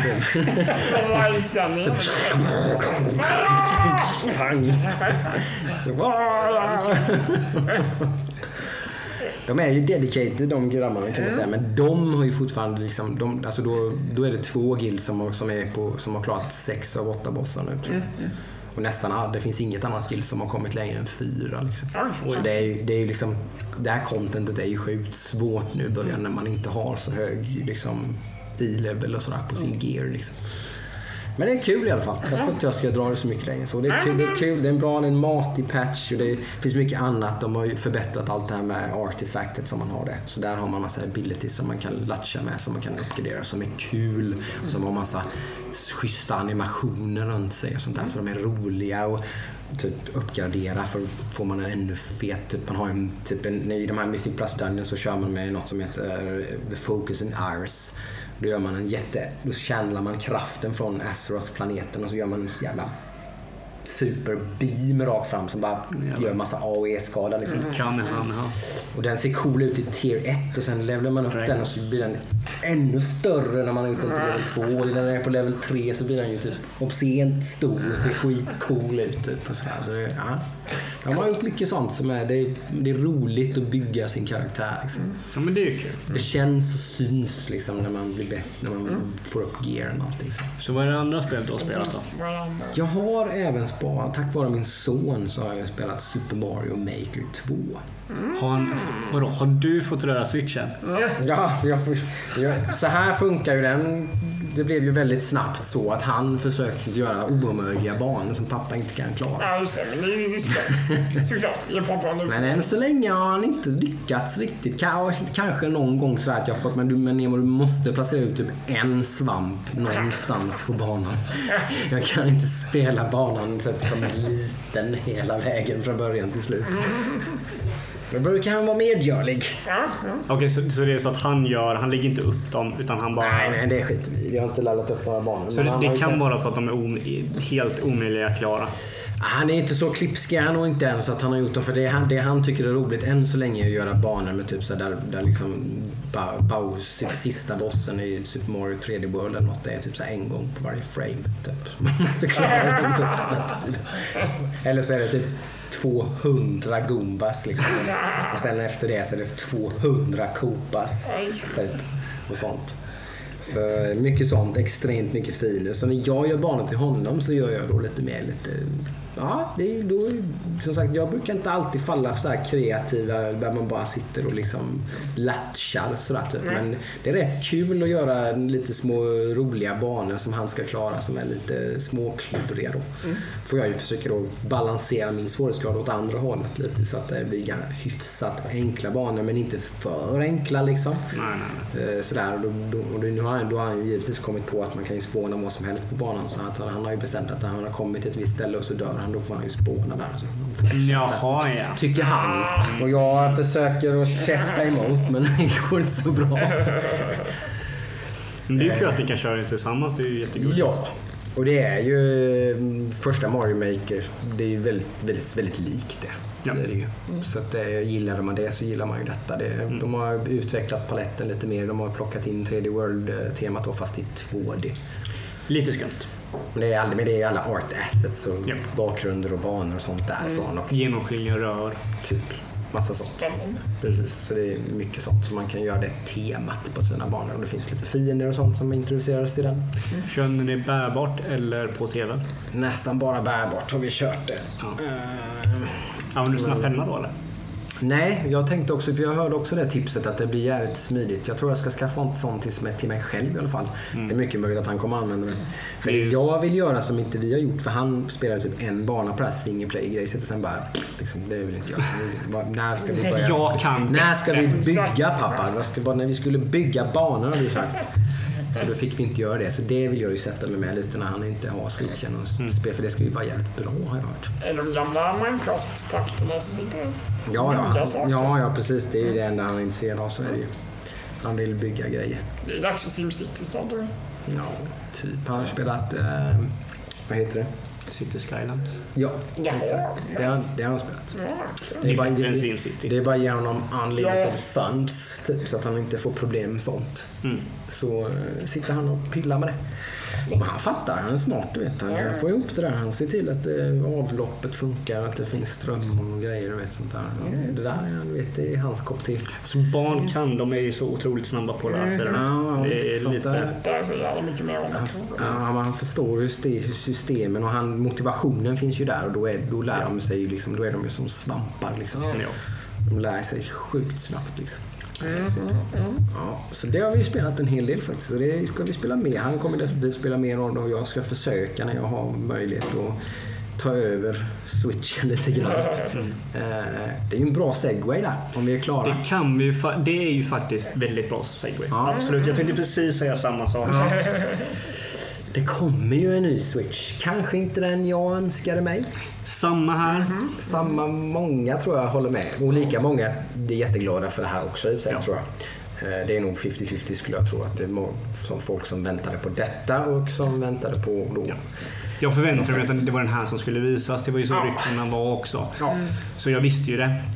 De är ju dedicated, de grabbarna kan man säga, men de har ju fortfarande liksom, alltså då är det 2 guild som har klarat 6 av 8 bossar nu tror jag. Och nästan det finns inget annat guild som har kommit längre än 4 liksom. Så det är ju liksom, det här contentet är ju sjukt svårt nu i början när man inte har så hög liksom e-level och sådär på sin gear liksom. Men det är kul i alla fall. Jag ska dra det så mycket längre. Så det är kul, det är en bra, en matig patch och det finns mycket annat. De har ju förbättrat allt det här med artefaktet som man har det. Så där har man massa abilities som man kan latcha med, som man kan uppgradera, som är kul. Som har massa schyssta animationer runt sig och sånt där. Så de är roliga och typ uppgradera för får man en ännu fet typ. Man har en typ i de här Mythic Plus Dungeons så kör man med något som heter The Focus in Iris. Då gör man då känner man kraften från Azeroth-planeten och så gör man en jävla superbeam rakt fram som bara gör massa AOE-skada liksom. Och den ser cool ut i tier 1 och sen levlar man upp den och så blir den ännu större när man har gjort den till level 2 och när den är på level 3 så blir den ju typ obscent stor och ser skitcool ut typ och sådär. Så de har gjort mycket sånt som det är roligt att bygga sin karaktär liksom. Ja, men det är ju kul. Det känns och syns liksom när man blir bättre, när man får upp gearen och allting så vad är det andra spel du har spelat då? Jag har även tack vare min son så har jag spelat Super Mario Maker 2. Har du fått röra switchen? Ja, så här funkar ju den. Det blev ju väldigt snabbt så att han försökte göra omöjliga banor som pappa inte kan klara. Ja, just det, men det är ju såklart. Men än så länge har han inte lyckats riktigt. Kanske någon gång så att jag fått, men du måste placera ut typ en svamp någonstans på banan. Jag kan inte spela banan typ som liten hela vägen från början till slut. Då brukar han vara medgörlig. Okej, så det är så att han lägger inte upp dem utan han bara... Nej, det är skit vi. Jag har inte laddat upp några banor. Så det kan vara så att de är helt omöjliga att klara. Han är inte så klipskig och inte än så att han har gjort dem. För det han tycker är roligt än så länge är att göra banor med typ så där liksom sista bossen i Super Mario 3D World eller något. Det är typ så en gång på varje frame typ. Man måste klara den typ. Eller så är det typ 200 Goombas liksom. Och sen efter det så är det 200 Koopas typ och sånt. Så mycket sånt, extremt mycket finer. Så när jag gör banor till honom så gör jag då lite det är då som sagt, jag brukar inte alltid falla för så här kreativa där man bara sitter och liksom latchar sådär typ. Men det är rätt kul att göra lite små roliga banor som han ska klara som är lite småkluriga då. Får jag ju försöka då balansera min svårighetsgrad åt andra hållet lite så att det blir hyfsat enkla banor men inte för enkla liksom. Nej. Sådär och då har han ju givetvis kommit på att man kan ju spåna vad som helst på banan så att han har ju bestämt att han har kommit till ett visst ställe och så dör han, då får han ju spåna där så Jaha, ja. tycker han. Och jag försöker att käfta emot men det går inte så bra. Men det är ju kul att ni kan köra tillsammans, det är ju jättegulligt. Ja. Och det är ju första Mario Maker, det är ju väldigt, väldigt, väldigt likt det. Ja. Det är det ju. Så att gillar man det så gillar man ju detta. De har utvecklat paletten lite mer. De har plockat in 3D World-temat då fast i 2D. Lite skumt. Men det är alla art assets och bakgrunder och banor och sånt därifrån. Och genomskinliga rör. Typ. Massa sånt. Precis, så det är mycket sånt som man kan göra det temat på sina banor. Och det finns lite fiender och sånt som introduceras till den. Kör ni det bärbart eller på tv? Nästan bara bärbart har vi kört det. Använder du såna penna då eller? Nej, jag tänkte också, för jag hörde också det tipset att det blir jävligt smidigt. Jag tror jag ska skaffa en sån till mig själv i alla fall. Det är mycket möjligt att han kommer använda det. För jag vill göra som inte vi har gjort, för han spelar typ en bana på det här single play-grejset och sen bara, liksom, det vill inte jag. När ska vi börja? När ska vi bygga, pappa? När vi skulle bygga banorna har du sagt. Så då fick vi inte göra det. Så det vill jag ju sätta mig med lite när han inte har switchen och spel. För det ska ju vara jävligt bra, har jag hört. Eller de gamla Minecraft-takterna som sitter ja, precis. Det är ju det enda han är intresserad av, så är det ju. Han vill bygga grejer. Det är dags för SimCity snart då. Ja, typ. Han har spelat... vad heter det? City Skylines. Ja, exakt. Det har han spelat. Ja, det är bara det är bara att ge honom unlimited funds typ, så att han inte får problem med sånt. Så sitter han och pillar med det. Men han fattar, han är smart, du vet. Han får ihop det där. Han ser till att avloppet funkar, att det finns ström och grejer och vet, sånt där. Det där, du vet, det är hans kopp till. Så barn de är ju så otroligt snabba på det här. Det är lite... Det är så jävla mycket mer om det. Han förstår hur systemen och motivationen finns ju där, och då lär de sig liksom, då är de ju som svampar liksom. De lär sig sjukt snabbt liksom. Ja, så det har vi spelat en hel del faktiskt. Och det ska vi spela med. Han kommer definitivt spela mer än och jag ska försöka när jag har möjlighet att ta över Switchen lite grann. Det är ju en bra segway där, om vi är klara. Det kan vi det är ju faktiskt väldigt bra segway. Ja, absolut, jag tänkte precis säga samma sak. Det kommer ju en ny Switch. Kanske inte den jag önskade mig. Samma här. Samma många tror jag håller med. Och lika många är jätteglada för det här också i sig, tror jag. Det är nog 50-50 skulle jag tro. Att det är som folk som väntade på detta och som väntade på då. Ja. Jag förväntade mig att det var den här som skulle visas. Det var ju så ryktena var också. Så jag visste ju det.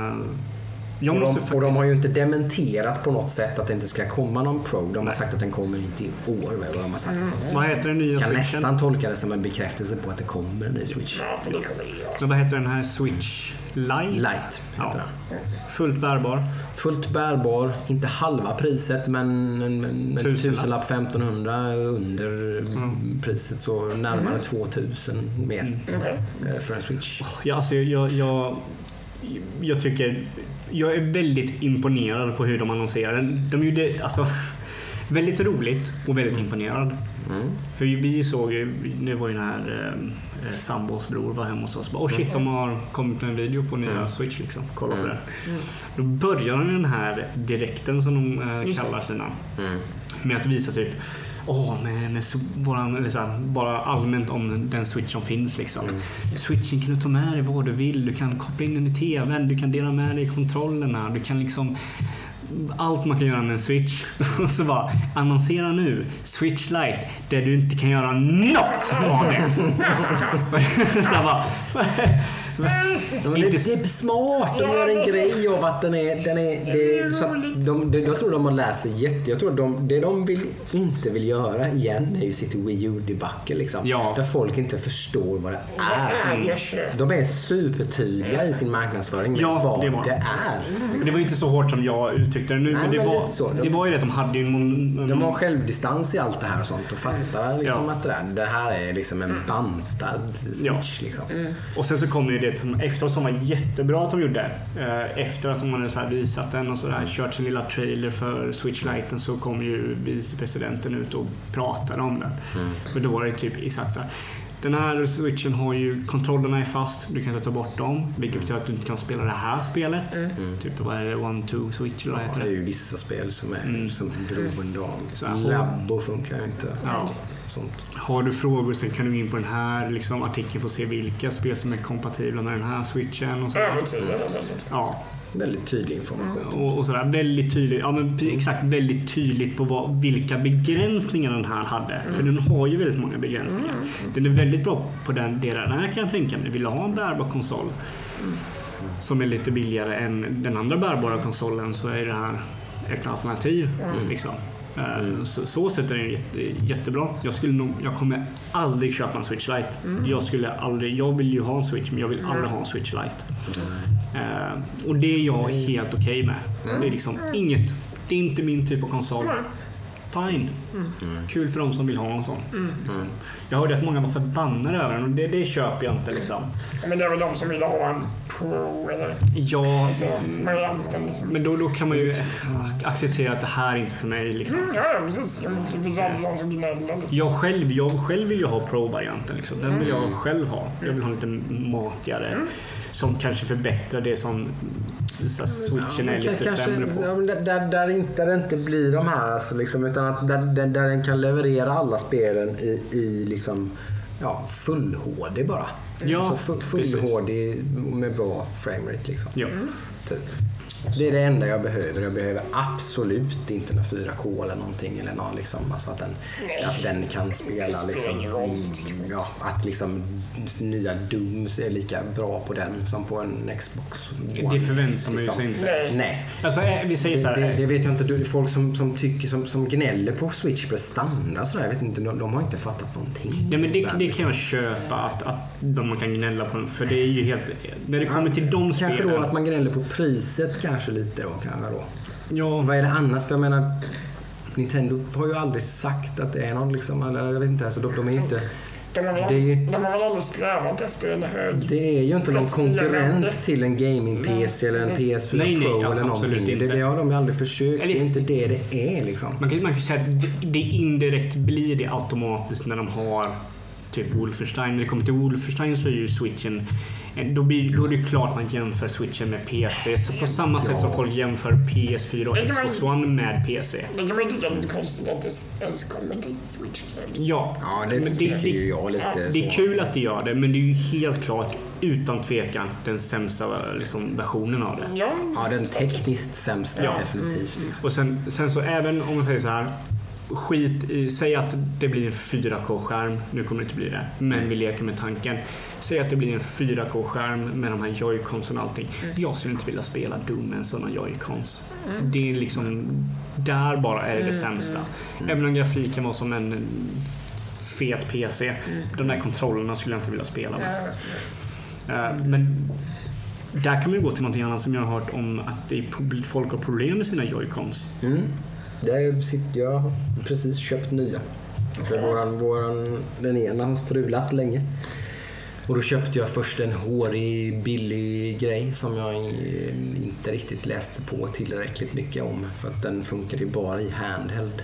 Och de har ju inte dementerat på något sätt att det inte ska komma någon Pro. De har sagt att den kommer inte i år. Vad de har sagt. Vad heter den nya Switchen? Kan Switchen? nästan tolka det som en bekräftelse på att det kommer en ny Switch. Men vad heter den här Switch Lite? Lite heter den. Fullt bärbar. Fullt bärbar. Inte halva priset men en tusenlapp 1500 under priset. Så närmare 2000 mer för en Switch. Ja, alltså jag tycker jag är väldigt imponerad på hur de annonserar. De gjorde alltså väldigt roligt och väldigt imponerad. För vi såg ju, det var ju den här sambos bror var hemma hos oss. Shit, de har kommit med en video på nya Switch liksom. Kolla på det. Då börjar den här direkten som de kallar sina. Med att visa typ med våran, liksom, bara allmänt om den Switch som finns liksom. Switchen kan du ta med dig vad du vill. Du kan koppla in den i tvn. Du kan dela med dig kontrollerna. Du kan liksom allt man kan göra med en Switch. Och så bara annonsera nu Switch Lite där du inte kan göra något av det. Så bara det är smart. De gör en grej av att den är så att jag tror de har lärt sig jag tror det de inte vill göra igen är ju sitt Wii U-debacle liksom. Där folk inte förstår vad det är. De är supertydliga i sin marknadsföring med vad det är. Liksom. Det var inte så hårt som jag uttryckte det nu. Men det var ju det att de hade ju de har självdistans i allt det här och sånt och fattar liksom att det här är liksom en bantad Switch liksom. Och sen så kommer ju det som efteråt som var jättebra att de gjorde. Efter att de hade så här visat den och sådär, kört sin lilla trailer för Switch Lite, så kom ju vicepresidenten ut och pratade om den. Men då var det typ exakt så här. Den här Switchen har ju kontrollerna är fast, du kan inte ta bort dem, vilket betyder att du inte kan spela det här spelet. Typ vad är det, 1-2 Switch eller vad heter det? Det är ju vissa spel som är som beroende av. Labbo funkar ju inte. Sånt. Har du frågor så kan du gå in på den här liksom, artikeln för att se vilka spel som är kompatibla med den här Switchen och så. Väldigt tydlig information. Och sådär, väldigt tydligt. Ja, men exakt, väldigt tydligt på vilka begränsningar den här hade. För den har ju väldigt många begränsningar. Den är väldigt bra på den delen. Här kan jag tänka mig. Vill du ha en bärbar konsol som är lite billigare än den andra bärbara konsolen, så är det här ett alternativ. Liksom. Så sätt är den jättebra. Jag kommer aldrig köpa en Switch Lite. Jag vill ju ha en Switch, men jag vill aldrig ha en Switch Lite. Och det är jag helt okej med. Det är liksom inget. Det är inte min typ av konsol. Fine. Kul för de som vill ha en sån. Jag hörde att många var förbannade över den, och det köper jag inte liksom. Men det är väl de som vill ha en Pro eller? Ja, varianten liksom. Men då kan man ju acceptera att det här är inte för mig liksom. Ja, precis. Det finns alltid någon som gnäller liksom. Jag själv vill ju ha Pro-varianten liksom. Den vill jag själv ha. Jag vill ha lite matigare. Som kanske förbättrar det som Switchen är lite sämre på. Där det inte blir de här alltså, liksom, utan att där den kan leverera alla spelen i liksom, full HD bara. Ja, så full HD med bra framerate liksom. Ja. Typ. Det är det enda jag behöver. Jag behöver absolut inte med 4K eller någonting eller någon liksom, alltså att den kan spela liksom, att liksom nya Dooms är lika bra på den som på en Xbox One. Det förväntar man ju sig inte. Nej. Alltså vi säger så här. Det vet jag inte. Det är folk som tycker som gnäller på Switch prestanda så där. Jag vet inte, de har inte fattat någonting. Ja, men det kan jag köpa att man kan gnälla på, för det är ju helt när det kommer till de spelen. Kanske då att man gnäller på priset kanske lite då kanske då. Ja. Vad är det annars? För jag menar, Nintendo har ju aldrig sagt att det är någon liksom, eller jag vet inte, alltså de är inte De har väl aldrig strävat efter en hög... Det är ju inte någon konkurrent till en gaming-PC eller en PS4 Pro eller någonting. Det har de ju aldrig försökt. Det är inte det är liksom. Man kan säga att det indirekt blir det automatiskt när de har typ Wolfenstein. När det kommer till Wolfenstein så är ju Switchen... Då är det klart man jämför Switchen med PC. Så på samma sätt som folk jämför PS4 och Xbox One med PC. Det kan man tycka är lite konstigt att det ens kommer till Switch. Ja, det tycker ju jag lite. Det är kul att det gör det, men det är ju helt klart utan tvekan den sämsta liksom, versionen av det. Ja, den tekniskt sämsta definitivt. Liksom. Och sen så även om man säger så här, säg att det blir en 4K-skärm. Nu kommer det inte bli det, men vi leker med tanken. Säg att det blir en 4K-skärm med de här Joy-Cons och allting. Jag skulle inte vilja spela Doom med en sån Joy-Cons. Det är liksom, där bara är det sämsta. Även om grafiken var som en fet PC. De där kontrollerna skulle jag inte vilja spela med. Men där kan man ju gå till någonting annat som jag har hört om, att folk har problem med sina Joy-Cons. Jag har precis köpt nya. För den ena har strulat länge. Och då köpte jag först en hårig, billig grej som jag inte riktigt läste på tillräckligt mycket om. För att den funkar ju bara i handheld.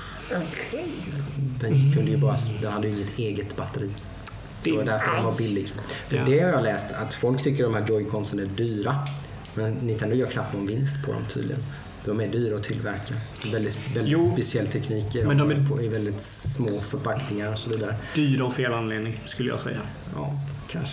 Den kunde ju bara, den hade ju inget eget batteri. Det var därför den var billig. För det har jag läst, att folk tycker de här Joy-Consen är dyra. Men Nintendo gör knappt någon vinst på dem tydligen. De är dyra att tillverka. Väldigt speciell teknik i väldigt små förpackningar och så vidare. Dyra av fel anledning skulle jag säga. Ja, kanske.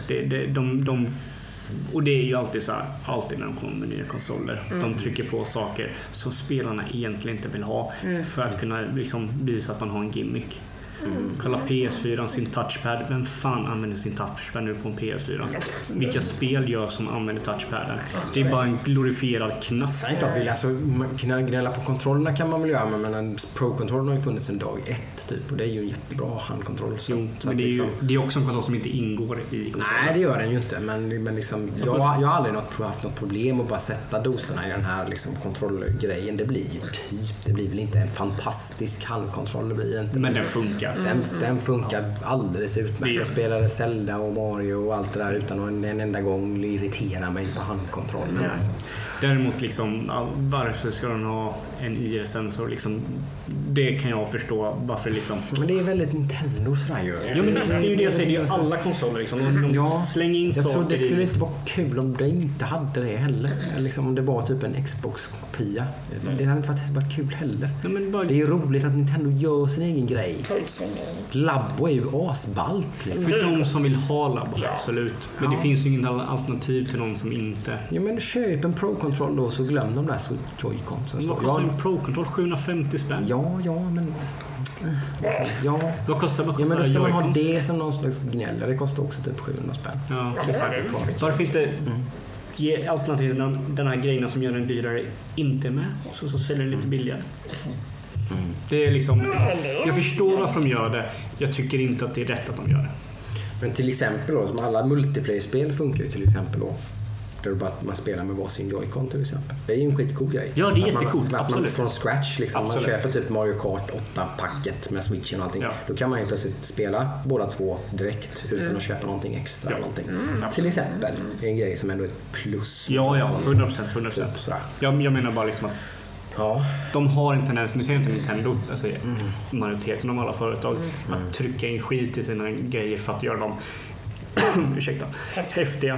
Och det är ju alltid så här, alltid när de kommer med nya konsoler. De trycker på saker som spelarna egentligen inte vill ha för att kunna liksom visa att man har en gimmick. Kolla PS4 sin touchpad. Vem fan använder sin touchpad nu på en PS4? Vilka spel gör som använder touchpaden? Det är bara en glorifierad knapp. Kunna gnälla på kontrollerna kan man väl göra, men en Pro-kontroll har ju funnits en dag 1 typ, och det är ju en jättebra handkontroll. Men det är också en kontroll som inte ingår i kontrollen. Nej, det gör den ju inte, men liksom, jag har aldrig haft något problem att bara sätta doserna i den här liksom, kontrollgrejen. Det blir väl inte en fantastisk handkontroll, det blir inte. Men den funkar. Den funkar alldeles utmärkt. Jag spelade Zelda och Mario och allt det där utan att en enda gång irritera mig på handkontrollen. Däremot liksom, varför ska den ha en IR-sensor liksom, det kan jag förstå varför liksom. Men det är väldigt Nintendo sådär ju. Ja, men det är ju det jag säger, det är ju alla konsoler liksom. De slänger in saker. Jag tror det skulle inte vara kul om det inte hade det heller. Liksom om det var typ en Xbox-kopia. Det hade inte varit kul heller. Ja, men bara... Det är ju roligt att Nintendo gör sin egen grej. Labbo är ju asballt. Liksom. För de som vill ha Labbo, absolut. Men det finns ju ingen alternativ till någon som inte. Ja, men köp en Pro-kontroll då, så glöm de där Joy-Cons. Vad kostar en Pro-kontroll? 750 spänn? Ja, men... Vad kostar men då ska man ha det som någon slags gnäll. Det kostar också typ 700 spänn. Ja, varför inte ge alternativ den här grejerna som gör den dyrare inte med, så säljer den lite billigare. Det är liksom, jag förstår varför de gör det. Jag tycker inte att det är rätt att de gör det. Men till exempel då, som alla multiplayer-spel funkar ju till exempel då. Där man spelar med varsin Joy-Con till exempel. Det är ju en skitcool grej. Ja, det är jättecoolt. Att man från scratch liksom, man köper typ Mario Kart 8-packet med Switchen och allting. Ja. Då kan man ju plötsligt spela båda två direkt utan att köpa någonting extra eller någonting. Till exempel. Det är en grej som ändå är ett plus. Ja, 100%. Jag menar bara liksom att de har en tendens, nu säger inte Nintendo, alltså majoriteten av alla företag, att trycka in skit i sina grejer för att göra dem häftiga.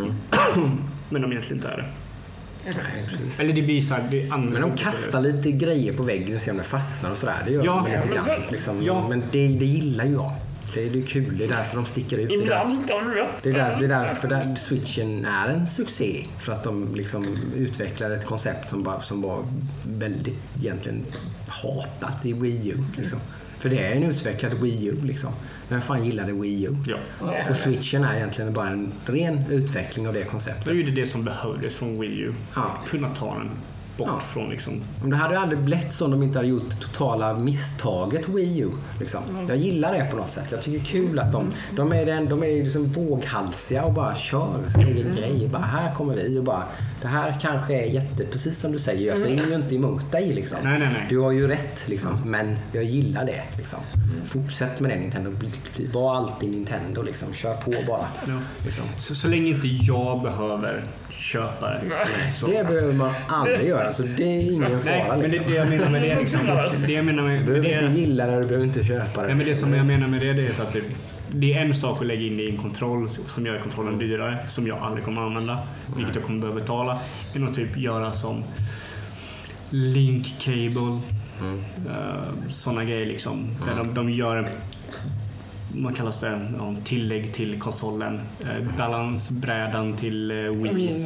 Men de egentligen inte är det. Eller det blir så här, men de kastar lite grejer på väggen och ser om det fastnar och sådär. Det gör de lite grann. Liksom. Men det gillar ju jag. Det är kul, det är därför de sticker ut. Ibland inte har rätt. Det är därför Switchen är en succé. För att de liksom utvecklar ett koncept som var väldigt egentligen hatat i Wii U. Liksom. För det är en utvecklad Wii U liksom. Men fan gillade Wii U. Ja. Och Switchen är egentligen bara en ren utveckling av det konceptet. Det är ju det som behövdes från Wii U. Kunna ta den bort från liksom. Om det hade aldrig blivit så om de inte hade gjort totala misstaget Wii U liksom. Jag gillar det på något sätt. Jag tycker det är kul att de är liksom våghalsiga och bara kör sin egen grej. Bara, här kommer vi och bara, det här kanske är precis som du säger, jag säger ju inte emot dig liksom. Nej. Du har ju rätt liksom, men jag gillar det liksom. Fortsätt med det Nintendo, var alltid Nintendo liksom, kör på bara. Liksom. Så länge inte jag behöver köpa det. Det behöver man aldrig göra, så det är ingen fara. Men det jag menar med det liksom, det jag menar med du behöver inte gilla det, du behöver inte köpa det. Nej, men det som jag menar med det är så att det är en sak att lägga in det i en kontroll som gör kontrollen dyrare, som jag aldrig kommer att använda, vilket jag kommer behöva betala, än att typ göra som Link Cable, sådana grejer liksom, där de gör vad kallas det, tillägg till konsolen, balansbrädan till Wii.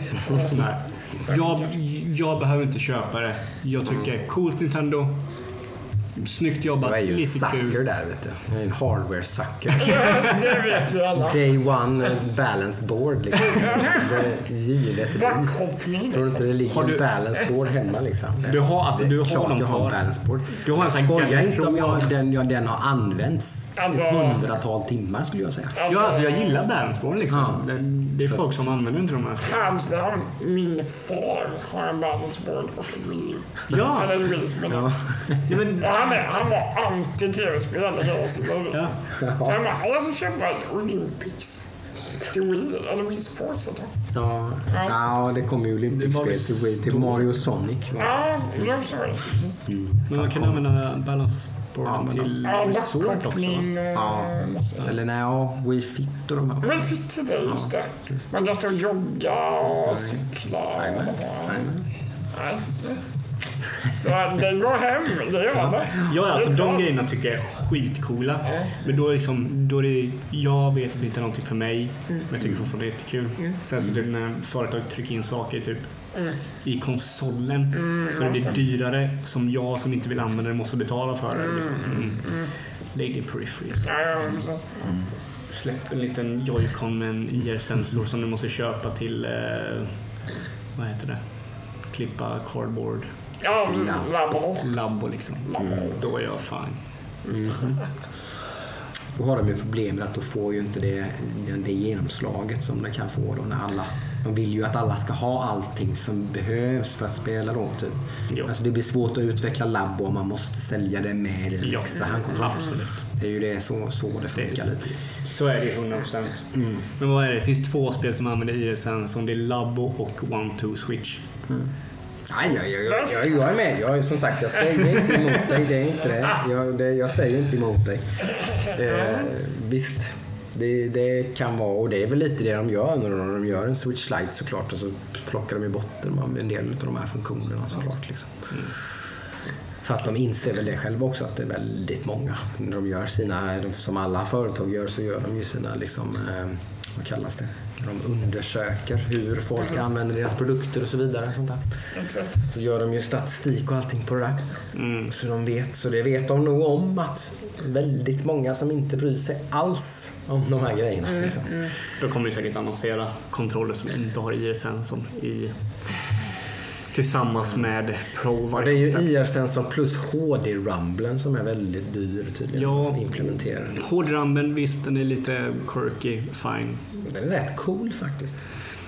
Jag behöver inte köpa det. Jag tycker coolt Nintendo, snyggt jobbat, jag är ju lite sucker kul. där, vet du. Jag är en hardware-sucker. Det vet vi alla. Day one balance board liksom. Givetvis. Backhoppning. Tror du inte det ligger en balance board hemma liksom? Du har dem jag har en balance board. Du har en sån skojar inte om den har använts ett 100-tal timmar skulle jag säga. Jag gillar balance board liksom. Det är folk som använder inte de här spelen. Hans där, min far har en balance board och en Wii. Ja. Eller Wii, men han var anti-tv-spel eller grejer. Så han bara, alla som köper ett Olympics till Wii, eller Wii Sports eller? Ja, det kommer ju Olympics-spel till Wii, till Mario och Sonic. Ja, det var så. Men man kan använda balance board till resort också. Eller Wii Fit och de här. Wii Fit är det, just det. Man kan stå och jogga och cykla. Nej. Så det går hem, det gör det. Ja, alltså de grejerna tycker jag är skitcoola. Men då är det, jag vet att det inte är någonting för mig, men jag tycker fortfarande det är jättekul. Sen så det när företag trycker in saker typ i konsolen så det blir dyrare, som jag som inte vill använda det måste betala för det. Liksom. Lägg det i peripheries. Släpp en liten Joy-Con med en IR-sensor som du måste köpa till vad heter det? Klippa cardboard. Ja, Labbo liksom. Då är jag fine. Då har de ju problem med att då får ju inte det genomslaget som det kan få då när alla. De vill ju att alla ska ha allting som behövs för att spela då typ. Alltså det blir svårt att utveckla Labbo om man måste sälja det med en extra handkontroll. Absolut. Det är ju det så det funkar lite. Så är det 100%. Men vad är det? Det finns 2 spel som använder IRSN som det är Labbo och 1-2 Switch. Nej, jag är med. Jag är som sagt, jag säger inte emot dig. Det är inte det. Jag säger inte emot dig. Visst, det kan vara, och det är väl lite det de gör när de gör en Switch Lite såklart, och så plockar de i botten en del av de här funktionerna såklart liksom. För att de inser väl det själva också, att det är väldigt många. När de gör sina, som alla företag gör, så gör de ju sina liksom, vad kallas det? De undersöker hur folk använder deras produkter och så vidare. Sånt där. Så gör de ju statistik och allting på det där. Så det vet de nog om, att väldigt många som inte bryr sig alls om de här grejerna. Liksom. Då kommer vi säkert annonsera kontroller som inte har IR-sensor tillsammans med Pro. Det är ju IR-sensorn plus HD-rumblen som är väldigt dyr tydligen att implementera. HD-rumblen, visst, den är lite quirky, fine. Den är rätt cool faktiskt.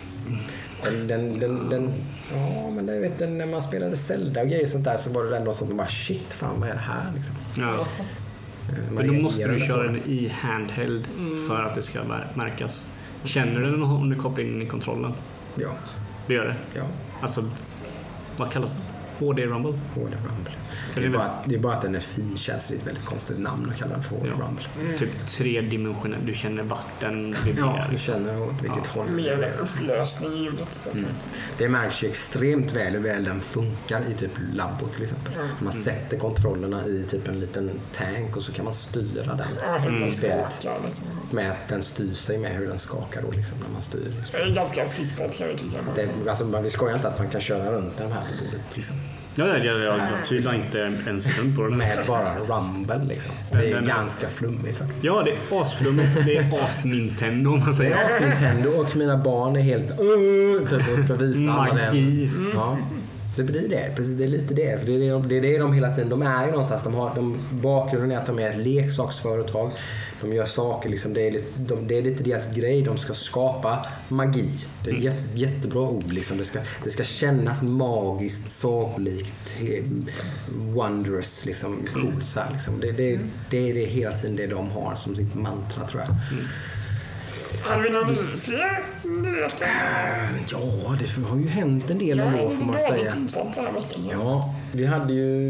Ja, men jag vet, när man spelade Zelda och grejer sånt där, så var det ändå sånt, bara shit, fan vad är det här liksom. Ja. Men då måste du köra den i handheld för att det ska märkas. Känner du den om du kopplar in i kontrollen? Ja. Det gör det? Ja. Alltså, vad kallas det? HD-rumble? HD-rumble. Det är bara att den är finkänsligt, väldigt konstigt namn att kalla den för HD-rumble. Typ 3-dimensionell, du känner vatten. Du känner åt vilket håll. Mer upplösning i ljudet. Det märks ju extremt väl hur väl den funkar i typ Labbo till exempel. Man sätter kontrollerna i typ en liten tank och så kan man styra den. Med att den styr sig med hur den skakar då liksom när man styr. Det är ganska flippat, kan jag tycka. Vi skojar inte att man kan köra runt den här på bordet liksom. Jag tvivlar inte en sekund på det. Med bara rumble liksom. Det är ganska flummigt faktiskt. Ja, det är asflummigt. Det är as-Nintendo om man säger. Det är as-Nintendo och mina barn är helt typ att visa magi. Ja. Det blir det, precis, det är lite det. För det är det de hela tiden, de är ju någonstans, bakgrunden är att de är ett leksaksföretag. De gör saker, liksom, det är lite deras grej, de ska skapa magi. Det är jättebra ord, liksom. Det ska kännas magiskt, sagolikt, wondrous, liksom, coolt så här, liksom. Det är hela tiden det de har som sitt mantra, tror jag. Har vi några fler nyheter? Ja, det har ju hänt en del ändå, får man säga. Ja, vi hade ju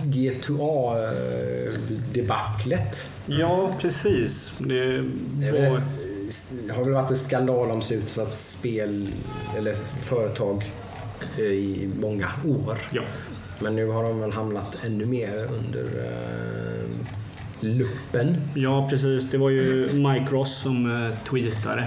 G2A-debaclet. Ja, precis. Det har väl varit en skandal om så utsatt spel eller företag i många år. Ja. Men nu har de väl hamnat ännu mer under luppen. Ja, precis. Det var ju Mike Ross som tweetade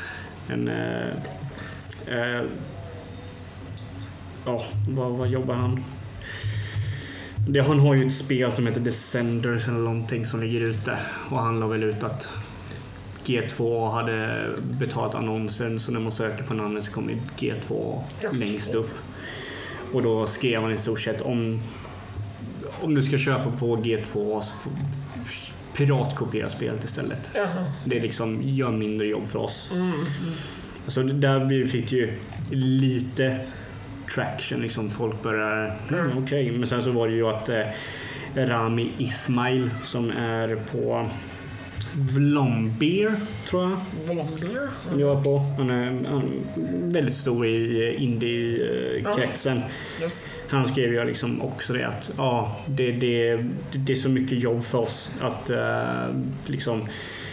vad jobbar han? Han har ju ett spel som heter Descenders eller någonting som ligger ute, och han la väl ut att G2 hade betalat annonsen, så när man söker på namnet så kommer G2 längst upp. Och då skrev han i stort sett om du ska köpa på G2 så piratkopiera spelet istället. Det liksom gör mindre jobb för oss. Alltså där vi fick ju lite traction, liksom folk börjar okej. Men sen så var det ju att Rami Ismail som är på Vlambeer, tror jag. Vlambeer? Jag på. Han är väldigt stor i indie-kretsen. Yes. Han skrev ju liksom också det att det är så mycket jobb för oss att liksom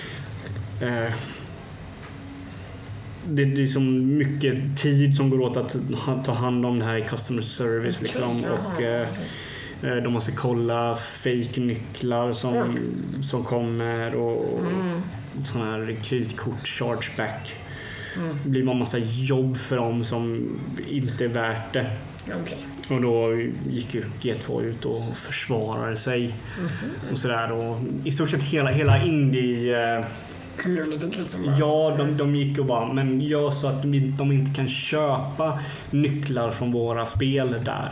det är så mycket tid som går åt att ta hand om det här i customer service liksom, och de måste kolla fake-nycklar som kommer och sån här kreditkort chargeback. Det blir en massa jobb för dem som inte är värt det. Och då gick ju G2 ut och försvarade sig och sådär, och i stort sett hela indie ja, de gick och bara, men gör så att de inte kan köpa nycklar från våra spel där.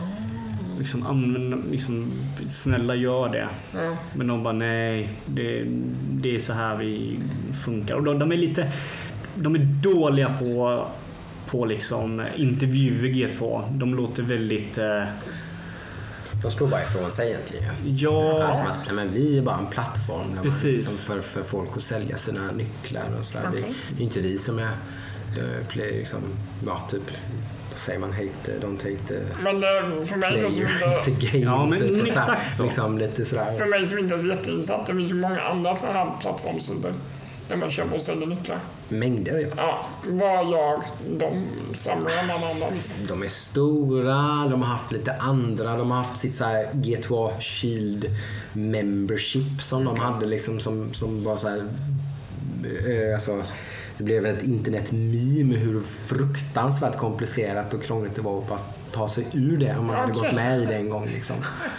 Liksom, snälla gör det. Men de bara, nej, det är så här vi funkar. Och de är dåliga på liksom intervjuer G2. De låter väldigt de slår bara ifrån sig egentligen. Ja. Som att, men vi är bara en plattform där man liksom för folk att sälja sina nycklar och sådär. Det är inte vi som är liksom, typ, säger man don't hate men för mig player, som inte game. Ja, men typ, exakt så. Liksom lite sådär. För mig som inte är så jätteinsatt, det finns ju många andra sådana här plattformssidor där man köper och säljer nycklar. Mängder, ja. Vad gör de sämre än andra? Liksom? De är stora, de har haft lite andra, de har haft sitt så här G2 Shield membership som de hade liksom som var så här, alltså det blev ett internet-meme hur fruktansvärt komplicerat och krångligt det var att ta sig ur det om man hade gått med i det en gång liksom.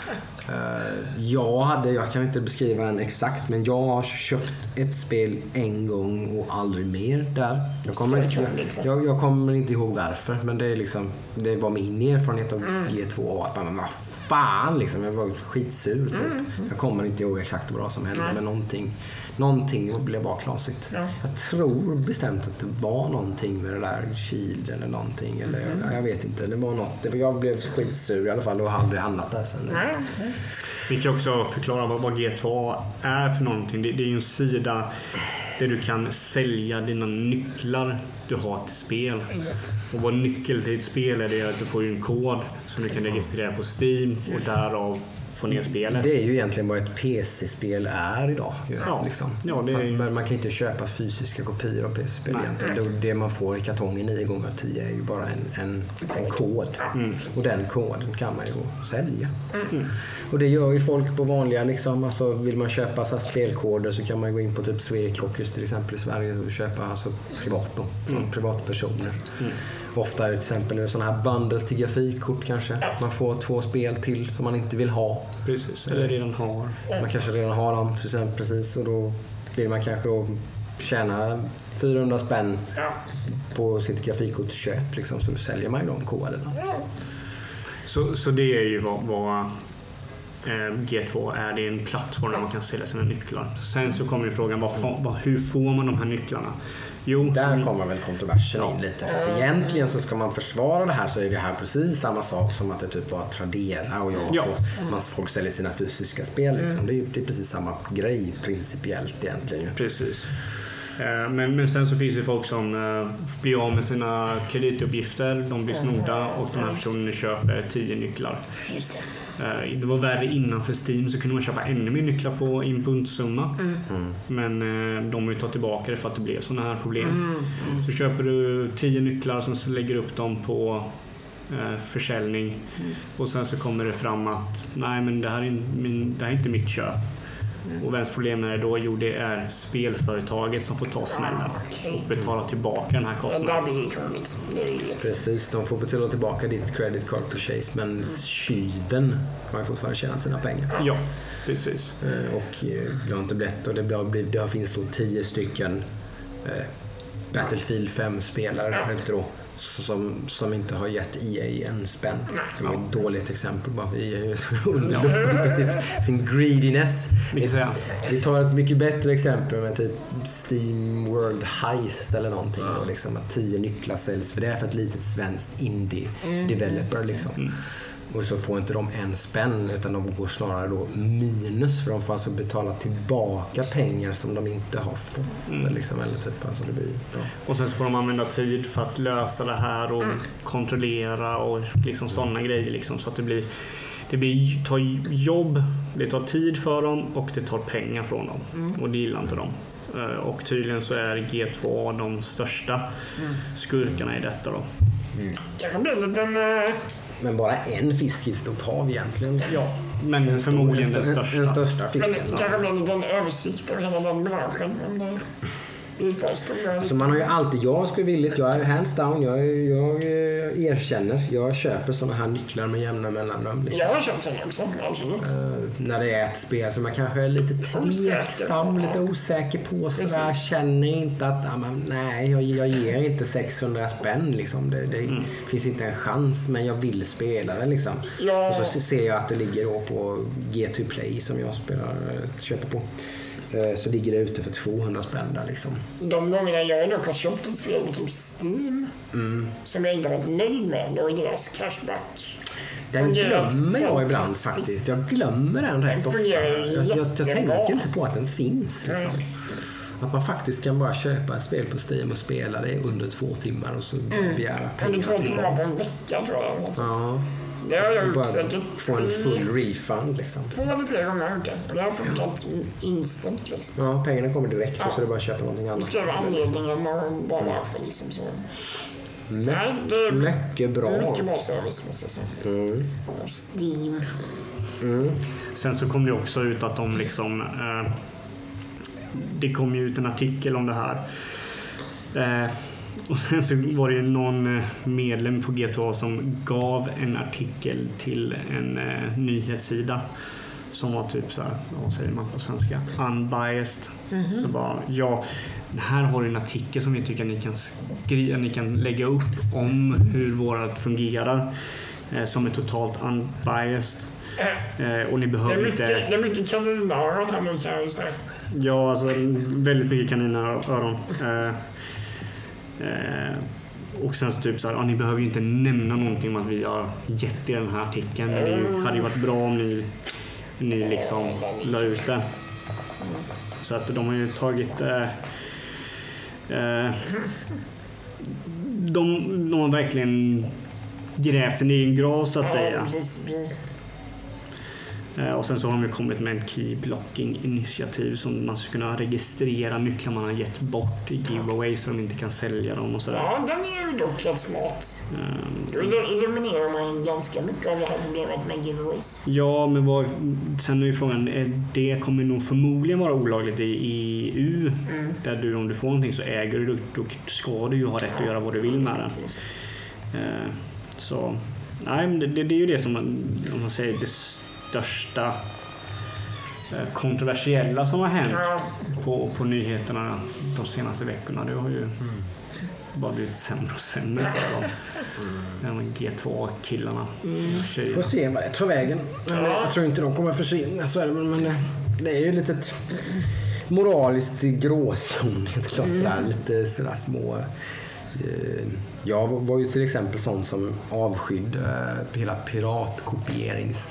Jag kan inte beskriva den exakt, men jag har köpt ett spel en gång och aldrig mer där. Jag kommer inte ihåg varför, men det är liksom, det var min erfarenhet av G2 att man, vad fan liksom, jag var skitsur typ. Jag kommer inte ihåg exakt vad som hände, men någonting blev bara klasigt. Jag tror bestämt att det var någonting med det där Shield eller någonting, eller jag vet inte, det var något. Jag blev skitsur i alla fall och har aldrig hamnat där sen dess. Vi kan också förklara vad G2 är för någonting. Det är ju en sida där du kan sälja dina nycklar du har till spel. Och vad nyckel till ett spel är, det att du får en kod som du kan registrera på Steam och därav få ner spelet. Det är ju egentligen vad ett PC-spel är idag. Liksom. Men man kan inte köpa fysiska kopior av PC-spel egentligen. Det man får i kartongen 9x10 är ju bara en kod. Och den koden kan man ju sälja. Och det gör ju folk på vanliga liksom, alltså vill man köpa så här spelkoder så kan man gå in på typ Sweclockers till exempel i Sverige och köpa alltså privat då, från privatpersoner. Ofta är det till exempel sådana här bundles till grafikkort kanske. Man får 2 spel till som man inte vill ha. Precis, eller redan har. Man kanske redan har dem till exempel, precis. Och då vill man kanske tjäna 400 spänn på sitt grafikkortsköp liksom, så då säljer man ju de koderna. Så det är ju vad G2 är. Det är en plattform där man kan sälja sina nycklar. Sen så kommer ju frågan, hur får man de här nycklarna? Jo, där kommer väl kontroversen in lite. För att egentligen så ska man försvara det här, så är det här precis samma sak som att det typ bara Tradera och folk säljer sina fysiska spel. Liksom. Det är precis samma grej principiellt egentligen. Precis. Men sen så finns det folk som blir av med sina kredituppgifter, de blir snodda och de här personerna köper 10 nycklar. Det var värre innan för Steam, så kunde man köpa ännu mer nycklar på en bundsumma. Men de har ju tagit tillbaka det för att det blev sådana här problem. Så köper du 10 nycklar som så lägger upp dem på försäljning och sen så kommer det fram att nej, men det här är inte mitt köp. Och vems problem är det då? Jo, det är spelföretaget som får ta smällen och betala tillbaka den här kostnaden. Precis, de får betala tillbaka ditt credit card purchase, men tjuven har ju fortfarande tjänat sina pengar. Ja, precis. Och det har inte blivit, och det finns då 10 stycken Battlefield 5-spelare där ute då, som inte har gett EA en spänn. Det är ett dåligt exempel bara för EA är så underluppen för sin greediness. Vi tar ett mycket bättre exempel med typ Steam World Heist eller någonting och liksom att 10 nycklar säljs, för det är för ett litet svenskt indie-developer liksom. Och så får inte de en spänn, utan de går snarare då minus, för de får alltså betala tillbaka pengar som de inte har fått. Liksom, eller typ, alltså det blir bra. Och sen så får de använda tid för att lösa det här och kontrollera och liksom sådana grejer. Liksom, så att det tar jobb, det tar tid för dem och det tar pengar från dem. Och det gillar inte de. Och tydligen så är G2 de största skurkarna i detta då. Kanske blir en liten... Men bara en fisk i stort hav egentligen. Ja, men förmodligen den största fisken. Men det kanske blir en liten översikt av hela den branschen. Så man har ju alltid, jag är hands down, jag erkänner, jag köper såna här nycklar med jämna mellanrum. Liksom. Jag har köpt såna också, absolut. När det är ett spel som jag kanske är lite tveksam, lite osäker på, så där känner inte att nej, jag ger inte 600 spänn liksom. Det finns inte en chans, men jag vill spela det liksom. Ja. Och så ser jag att det ligger då på G2 Play som jag köper på. Så ligger det ute för 200 spänn där liksom. De gångerna jag dock har köpt ett spel på Steam som jag inte varit nöjd med, då är deras cashback. Den glömmer jag ibland faktiskt. Jag glömmer den rätt ofta. Jag tänker inte på att den finns liksom. Att man faktiskt kan bara köpa ett spel på Steam och spela det under 2 timmar och så begära pengar. Under 2 timmar på en vecka tror jag. Ja. Det har jag gjort säkert. Få en full refund liksom. 2 eller 3 gånger har det. Det har funkat instant liksom. Ja, pengarna kommer direkt och så är det bara att köpa någonting annat. Det ska vara anledningen och bara varför liksom så. Nej, det är mycket bra. Mycket bra service måste jag säga. Steam. Sen så kom det också ut att de liksom det kom ju ut en artikel om det här. Och sen så var det ju någon medlem på G2 som gav en artikel till en nyhetssida som var typ så här, vad säger man på svenska? Unbiased. Så bara, här har du en artikel som vi tycker ni kan lägga upp om hur vårat fungerar som är totalt unbiased. Och ni behöver inte... Det är mycket kaninöron här nu kan jag säga. Ja, alltså väldigt mycket kaninöron. Och sen så typ så här, ni behöver ju inte nämna någonting om att vi har gett er den här artikeln, men det hade ju varit bra om ni liksom la ut det. Så att de har ju tagit de har verkligen grävt sin egen grav så att säga. Och sen så har de kommit med en key blocking initiativ som man ska kunna registrera nycklar man har gett bort i giveaways så de inte kan sälja dem och sådär. Ja, den är ju dock rätt smart. Då eliminerar man ganska mycket av det här problemet med giveaways. Ja, men sen är ju frågan, det kommer nog förmodligen vara olagligt i EU. Där om du får någonting så äger du, då ska du ju ha rätt att göra vad du vill med den. Så, nej, men det är ju det som om man säger det största kontroversiella som har hänt på nyheterna de senaste veckorna. Det har ju bara blivit sämre och sämre för dem. De G2-killarna. Får se vad det tar vägen. Jag tror inte de kommer försvinna, så är det, men det är ju lite moraliskt gråzon, helt klart. Lite sådär små. Jag var ju till exempel sån som avskydde hela piratkopierings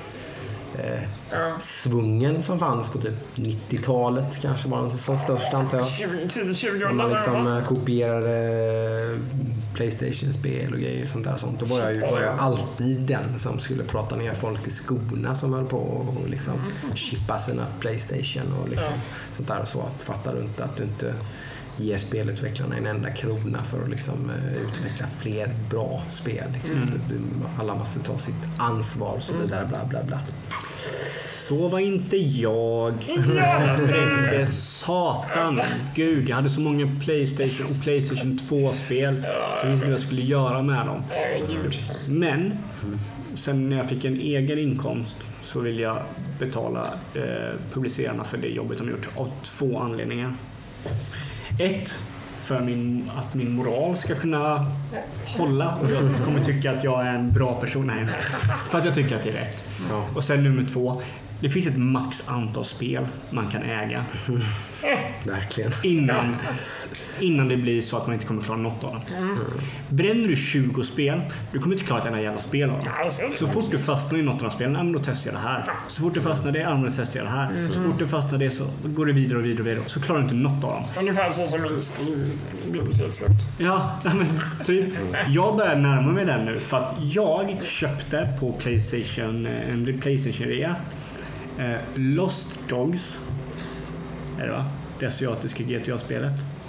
svungen som fanns på typ 90-talet, kanske var den som störst, antar jag. 20 man liksom kopierade PlayStation-spel och grejer sånt där. Då var jag alltid den som skulle prata ner folk i skorna som höll på och liksom chippa sina PlayStation och liksom sånt där, och så att fattar du inte att du inte ger spelutvecklarna en enda krona för att liksom utveckla fler bra spel liksom. Alla måste ta sitt ansvar, så det där bla bla bla. Så var inte jag. Brände satan. Gud, jag hade så många PlayStation och PlayStation 2-spel, så jag visste vad jag skulle göra med dem. Men sen när jag fick en egen inkomst så vill jag betala publicerarna för det jobbet de gjort, av 2 anledningar. 1, för att min moral ska kunna hålla och jag kommer tycka att jag är en bra person. Nej, för att jag tycker att det är rätt. Och sen nummer 2, det finns ett max antal spel man kan äga. Verkligen. Innan det blir så att man inte kommer klara något av dem. Bränner du 20 spel, du kommer inte klara ett enda jävla spel av dem. Så fort du fastnar i något av de spelen, då testar jag det här. Så fort du fastnar i det, då testar jag det här. Så fort du fastnar i det, så går du vidare och vidare. Så klarar du inte något av dem. Ungefär så som min Steam-bibliotek. Ja, men typ. Jag börjar närma mig den nu, för att jag köpte på PlayStation, en PlayStation-rea, Lost Dogs. Är det, va? Det asiatiska GTA-spelet.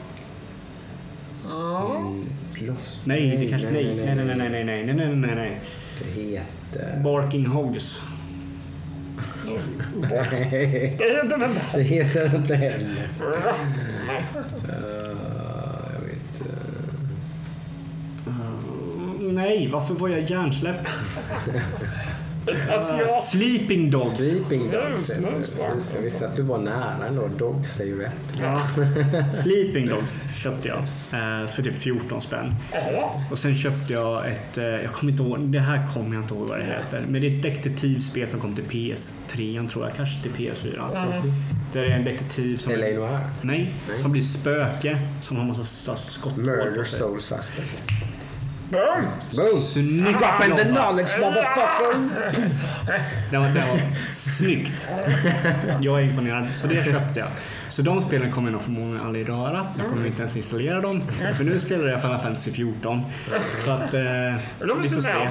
Nej, det kanske nej. Det heter Barking Hogs. Det heter inte heller. Jag vet. Nej, varför var jag hjärnsläpp? Sleeping Dogs. Jag visste att du var nära ändå. Dogs är ju rätt. Ja. Sleeping Dogs köpte jag för typ 14 spänn. Och sen köpte jag ett, jag kommer inte ihåg, det här kommer jag inte ihåg vad det heter, men det är ett detektivspel som kom till PS3, tror jag, kanske till PS4. Det är en detektiv som som blir spöke, som har massa skott. Murder Soul Suspect. Boom! Snyggt. Dropping the knowledge, motherfuckers. Det var snyggt. Jag är imponerad. Så det köpte jag. Så de spelen kommer jag förmodligen aldrig röra. Jag kommer inte ens installera dem. För nu spelar jag Final Fantasy 14. Så att vi får se.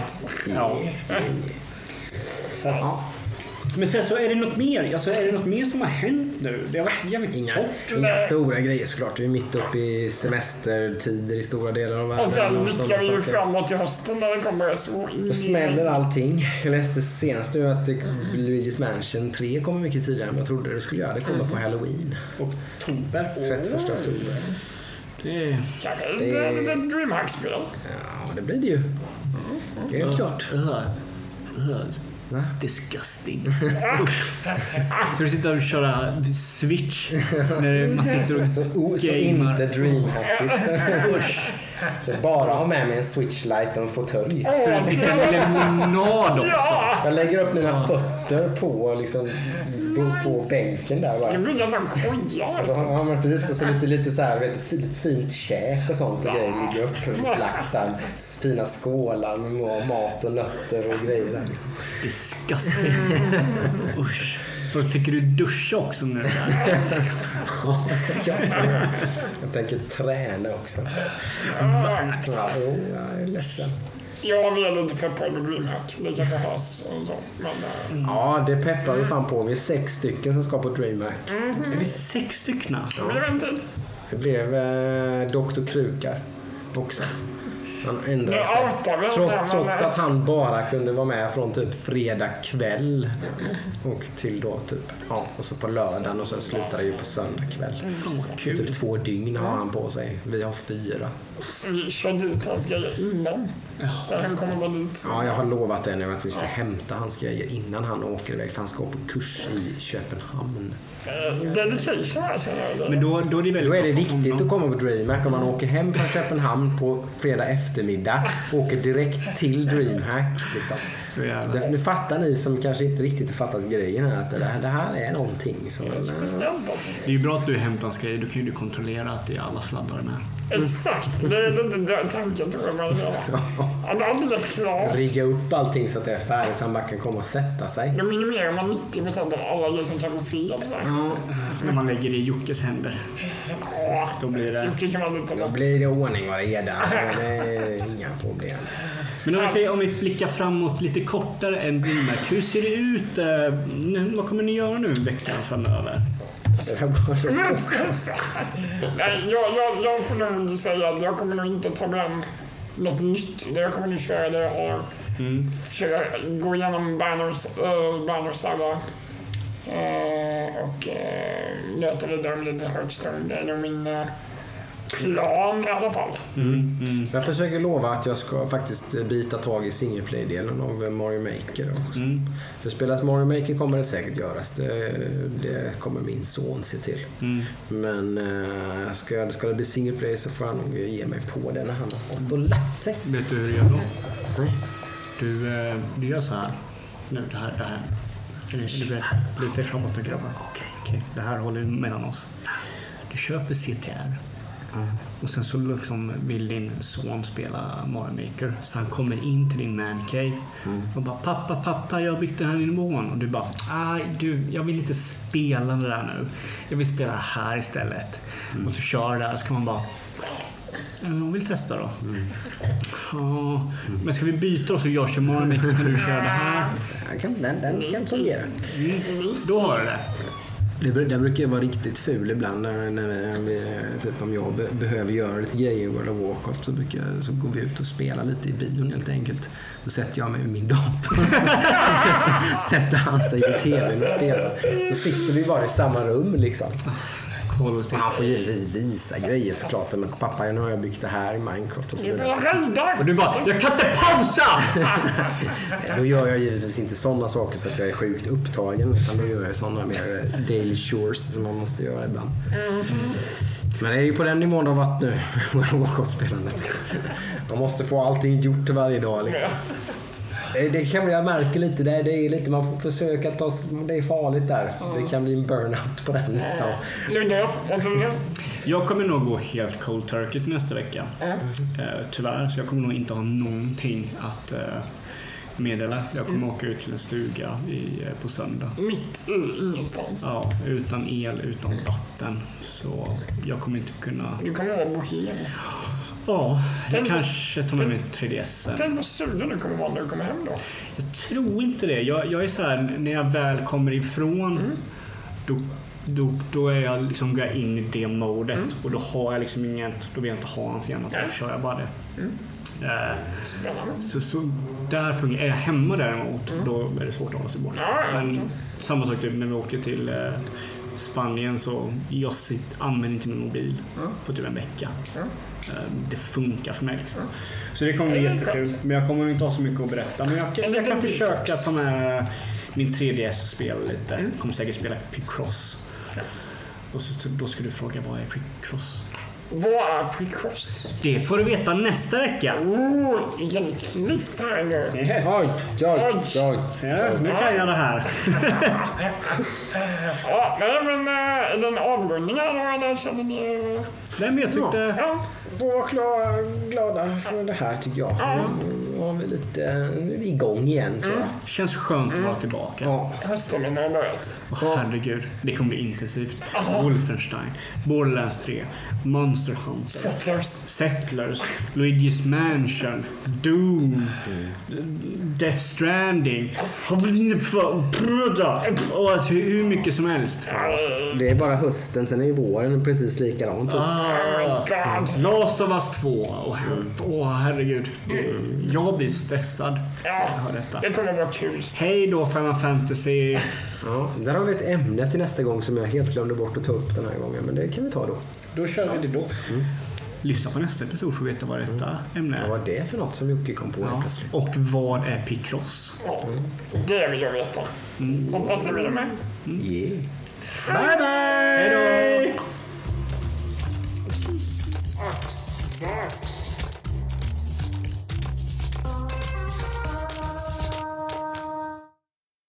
Ja. Men sen så är det något mer. Alltså, är det något mer som har hänt nu? Det har varit jävligt torrt. Inga stora grejer såklart. Vi är mitt uppe i semestertider i stora delar av världen. Och sen blickar vi ju framåt till hösten när det kommer så. Då smäller allting. Jag läste senast nu att Luigi's Mansion 3 kommer mycket tidigare än jag trodde det skulle göra. Det kommer på Halloween. Oktober. 31 oktober. Kanske inte ett DreamHack-spel. Ja, det blir det ju. Det är klart. Va? Disgusting. Så du sitter och köra Switch när man sitter och gamer. Inte DreamHackigt. Jag bara ha med mig en Switch Lite och en fåtölj. Ska du dricka lemonad också? Jag lägger upp mina fötter på liksom på bänken där bara. Jag vill att han kojar. Så har man precis så lite så här, vet du, fint käk och sånt och grejer ligger upp lagt så här, fina skålar med mat och nötter och grejer där liksom. Disgusting. Usch. För tänker du duscha också nu? Jag tänker träna också. Jag är ledsen. Jag är lite peppad på DreamHack. Det kanske hörs och så. Men, ja, det peppar vi fan på. Vi är 6 stycken som ska på DreamHack. Är vi 6 stycken? Det blev en till. Det blev Dr. Krukar också. Han ändrade sig. Trots att han bara kunde vara med från typ fredag kväll och till då typ och så på lördagen och sen slutade det ju på söndag kväll. Typ 2 dygn har han på sig. Vi har 4. Så vi körde ut hans grejer innan. Så han kommer bara dit. Ja, jag har lovat det nu att vi ska hämta hans grejer innan han åker iväg. För han ska på kurs i Köpenhamn. Dedication här, men då är det viktigt att komma på DreamHack. Om man åker hem från Köpenhamn på fredag eftermiddag, åker direkt till DreamHack liksom. Nu fattar ni som kanske inte riktigt har fattat grejen här, att det här är någonting som det är ju bra att du hämtar hans grejer. Du kan ju kontrollera att det är alla sladdar med. Exakt, det är inte den tanken tror jag man gör. Han är alldeles klart. Rigga upp allting så att det är färdigt så han bara kan komma och sätta sig. Då minimerar man 90% av alla grejer som kan gå fel. När man lägger det i Jockes händer. Då blir det... Då blir det ordning och reda. Det är inga problem. Men om vi blickar framåt lite kortare än DreamHack. Hur ser det ut? Vad kommer ni göra nu veckan framöver? Jag får nog säga att jag kommer nog inte ta fram något nytt. Det jag kommer nog köra det jag har. Försöka gå igenom Banners alla och nöta vidare med lite Hearthstone. Det är nog min plan i alla fall. Jag försöker lova att jag ska faktiskt bita tag i singleplay-delen av Mario Maker också. För spelas Mario Maker kommer det säkert göras. Det kommer min son se till. Men ska det bli singleplay så får han nog ge mig på det när han har gått och lagt sig. Vet du hur du gör då? Du gör så här. Nu, det här. Det blir lite framåt med grabbar. Okej. Det här håller mellan oss. Du köper CTR. Och sen så liksom vill din son spela Mario Maker. Så han kommer in till din man cave och bara pappa, jag har byggt den här nivån. Och du bara, jag vill inte spela det där nu. Jag vill spela här istället. Och så kör där, så kan man bara, jag vill testa då. Men ska vi byta och så jag kör Mario Maker, så kan du köra det här. Den kan fungera. Då har du det. Det brukar vara riktigt ful ibland när typ om jag behöver göra lite grejer i World of Warcraft så går vi ut och spelar lite i bion helt enkelt. Då sätter jag mig med min dator. Så sätter han sig i tvn och spelar. Då sitter vi bara i samma rum liksom. Han får givetvis visa grejer såklart. Men pappa, nu har jag byggt det här i Minecraft och så vidare. Och du bara, jag kan inte pausa! Då gör jag givetvis inte sådana saker så att jag är sjukt upptagen. Utan då gör jag sådana mer daily chores som man måste göra ibland. Men det är ju på den nivån det har varit nu. Warcraft-spelandet. Man måste få allting gjort varje dag liksom. Det kan jag märka lite där. Det är lite, man får försöka ta, det är farligt där. Det kan bli en burnout på den. Jag kommer nog gå helt cold turkey till nästa vecka. Tyvärr, så jag kommer nog inte ha någonting att meddela. Jag kommer åka ut till en stuga på söndag. Mitt i ingenstans. Ja, utan el, utan vatten. Så jag kommer inte kunna... Du kommer vara bohem. Ja, jag kanske tar med min 3DS. Tänk vad sugen du kommer vara när du kommer hem då. Jag tror inte det. Jag är så här, när jag väl kommer ifrån då är jag liksom, går jag in i det modet och då har jag liksom inget, då vill jag inte ha någonting annat. Då kör jag bara det. Så där fungerar, är jag hemma däremot då är det svårt att hålla sig borta. Men samma sak när vi åker till Spanien så jag använder inte min mobil på typ en vecka. Det funkar för mig liksom. Så det kommer bli jättekul. Men jag kommer inte ha så mycket att berätta. Men jag kan försöka ta med min 3DS och spela lite. Jag kommer säkert spela Picross. Och så, då ska du fråga, vad är Picross? Vad är Picross? Det får du veta nästa vecka. Vilken cliffhanger. Yes. Oj. Nu kan jag det här. Men är det en avrundning här då? Eller känner ni... Nej, men jag tyckte... Var glada för det här tycker jag. Nu var vi lite igång igen tror jag. Känns skönt att vara tillbaka. Hösten har börjat. Herregud, det kommer bli intensivt. Wolfenstein, Borderlands 3, Monster Hunter, Settlers, Luigi's Mansion, Doom, Death Stranding. Alltså, hur mycket som helst. Det är bara hösten, sen är våren precis likadant. Last of Us 2. Herregud. Jag blir stressad. Det kommer vara kul. Hej då Final Fantasy. Ja, där har vi ett ämne till nästa gång som jag helt glömde bort att ta upp den här gången. Men det kan vi ta då. Då kör vi det då. Lyssna på nästa episod för att veta vad detta ämne är. Vad var det för något som Jocke kom på plötsligt? Och vad är Picross? Det vill jag veta. Hoppas ni vill med. Yeah. Bye bye!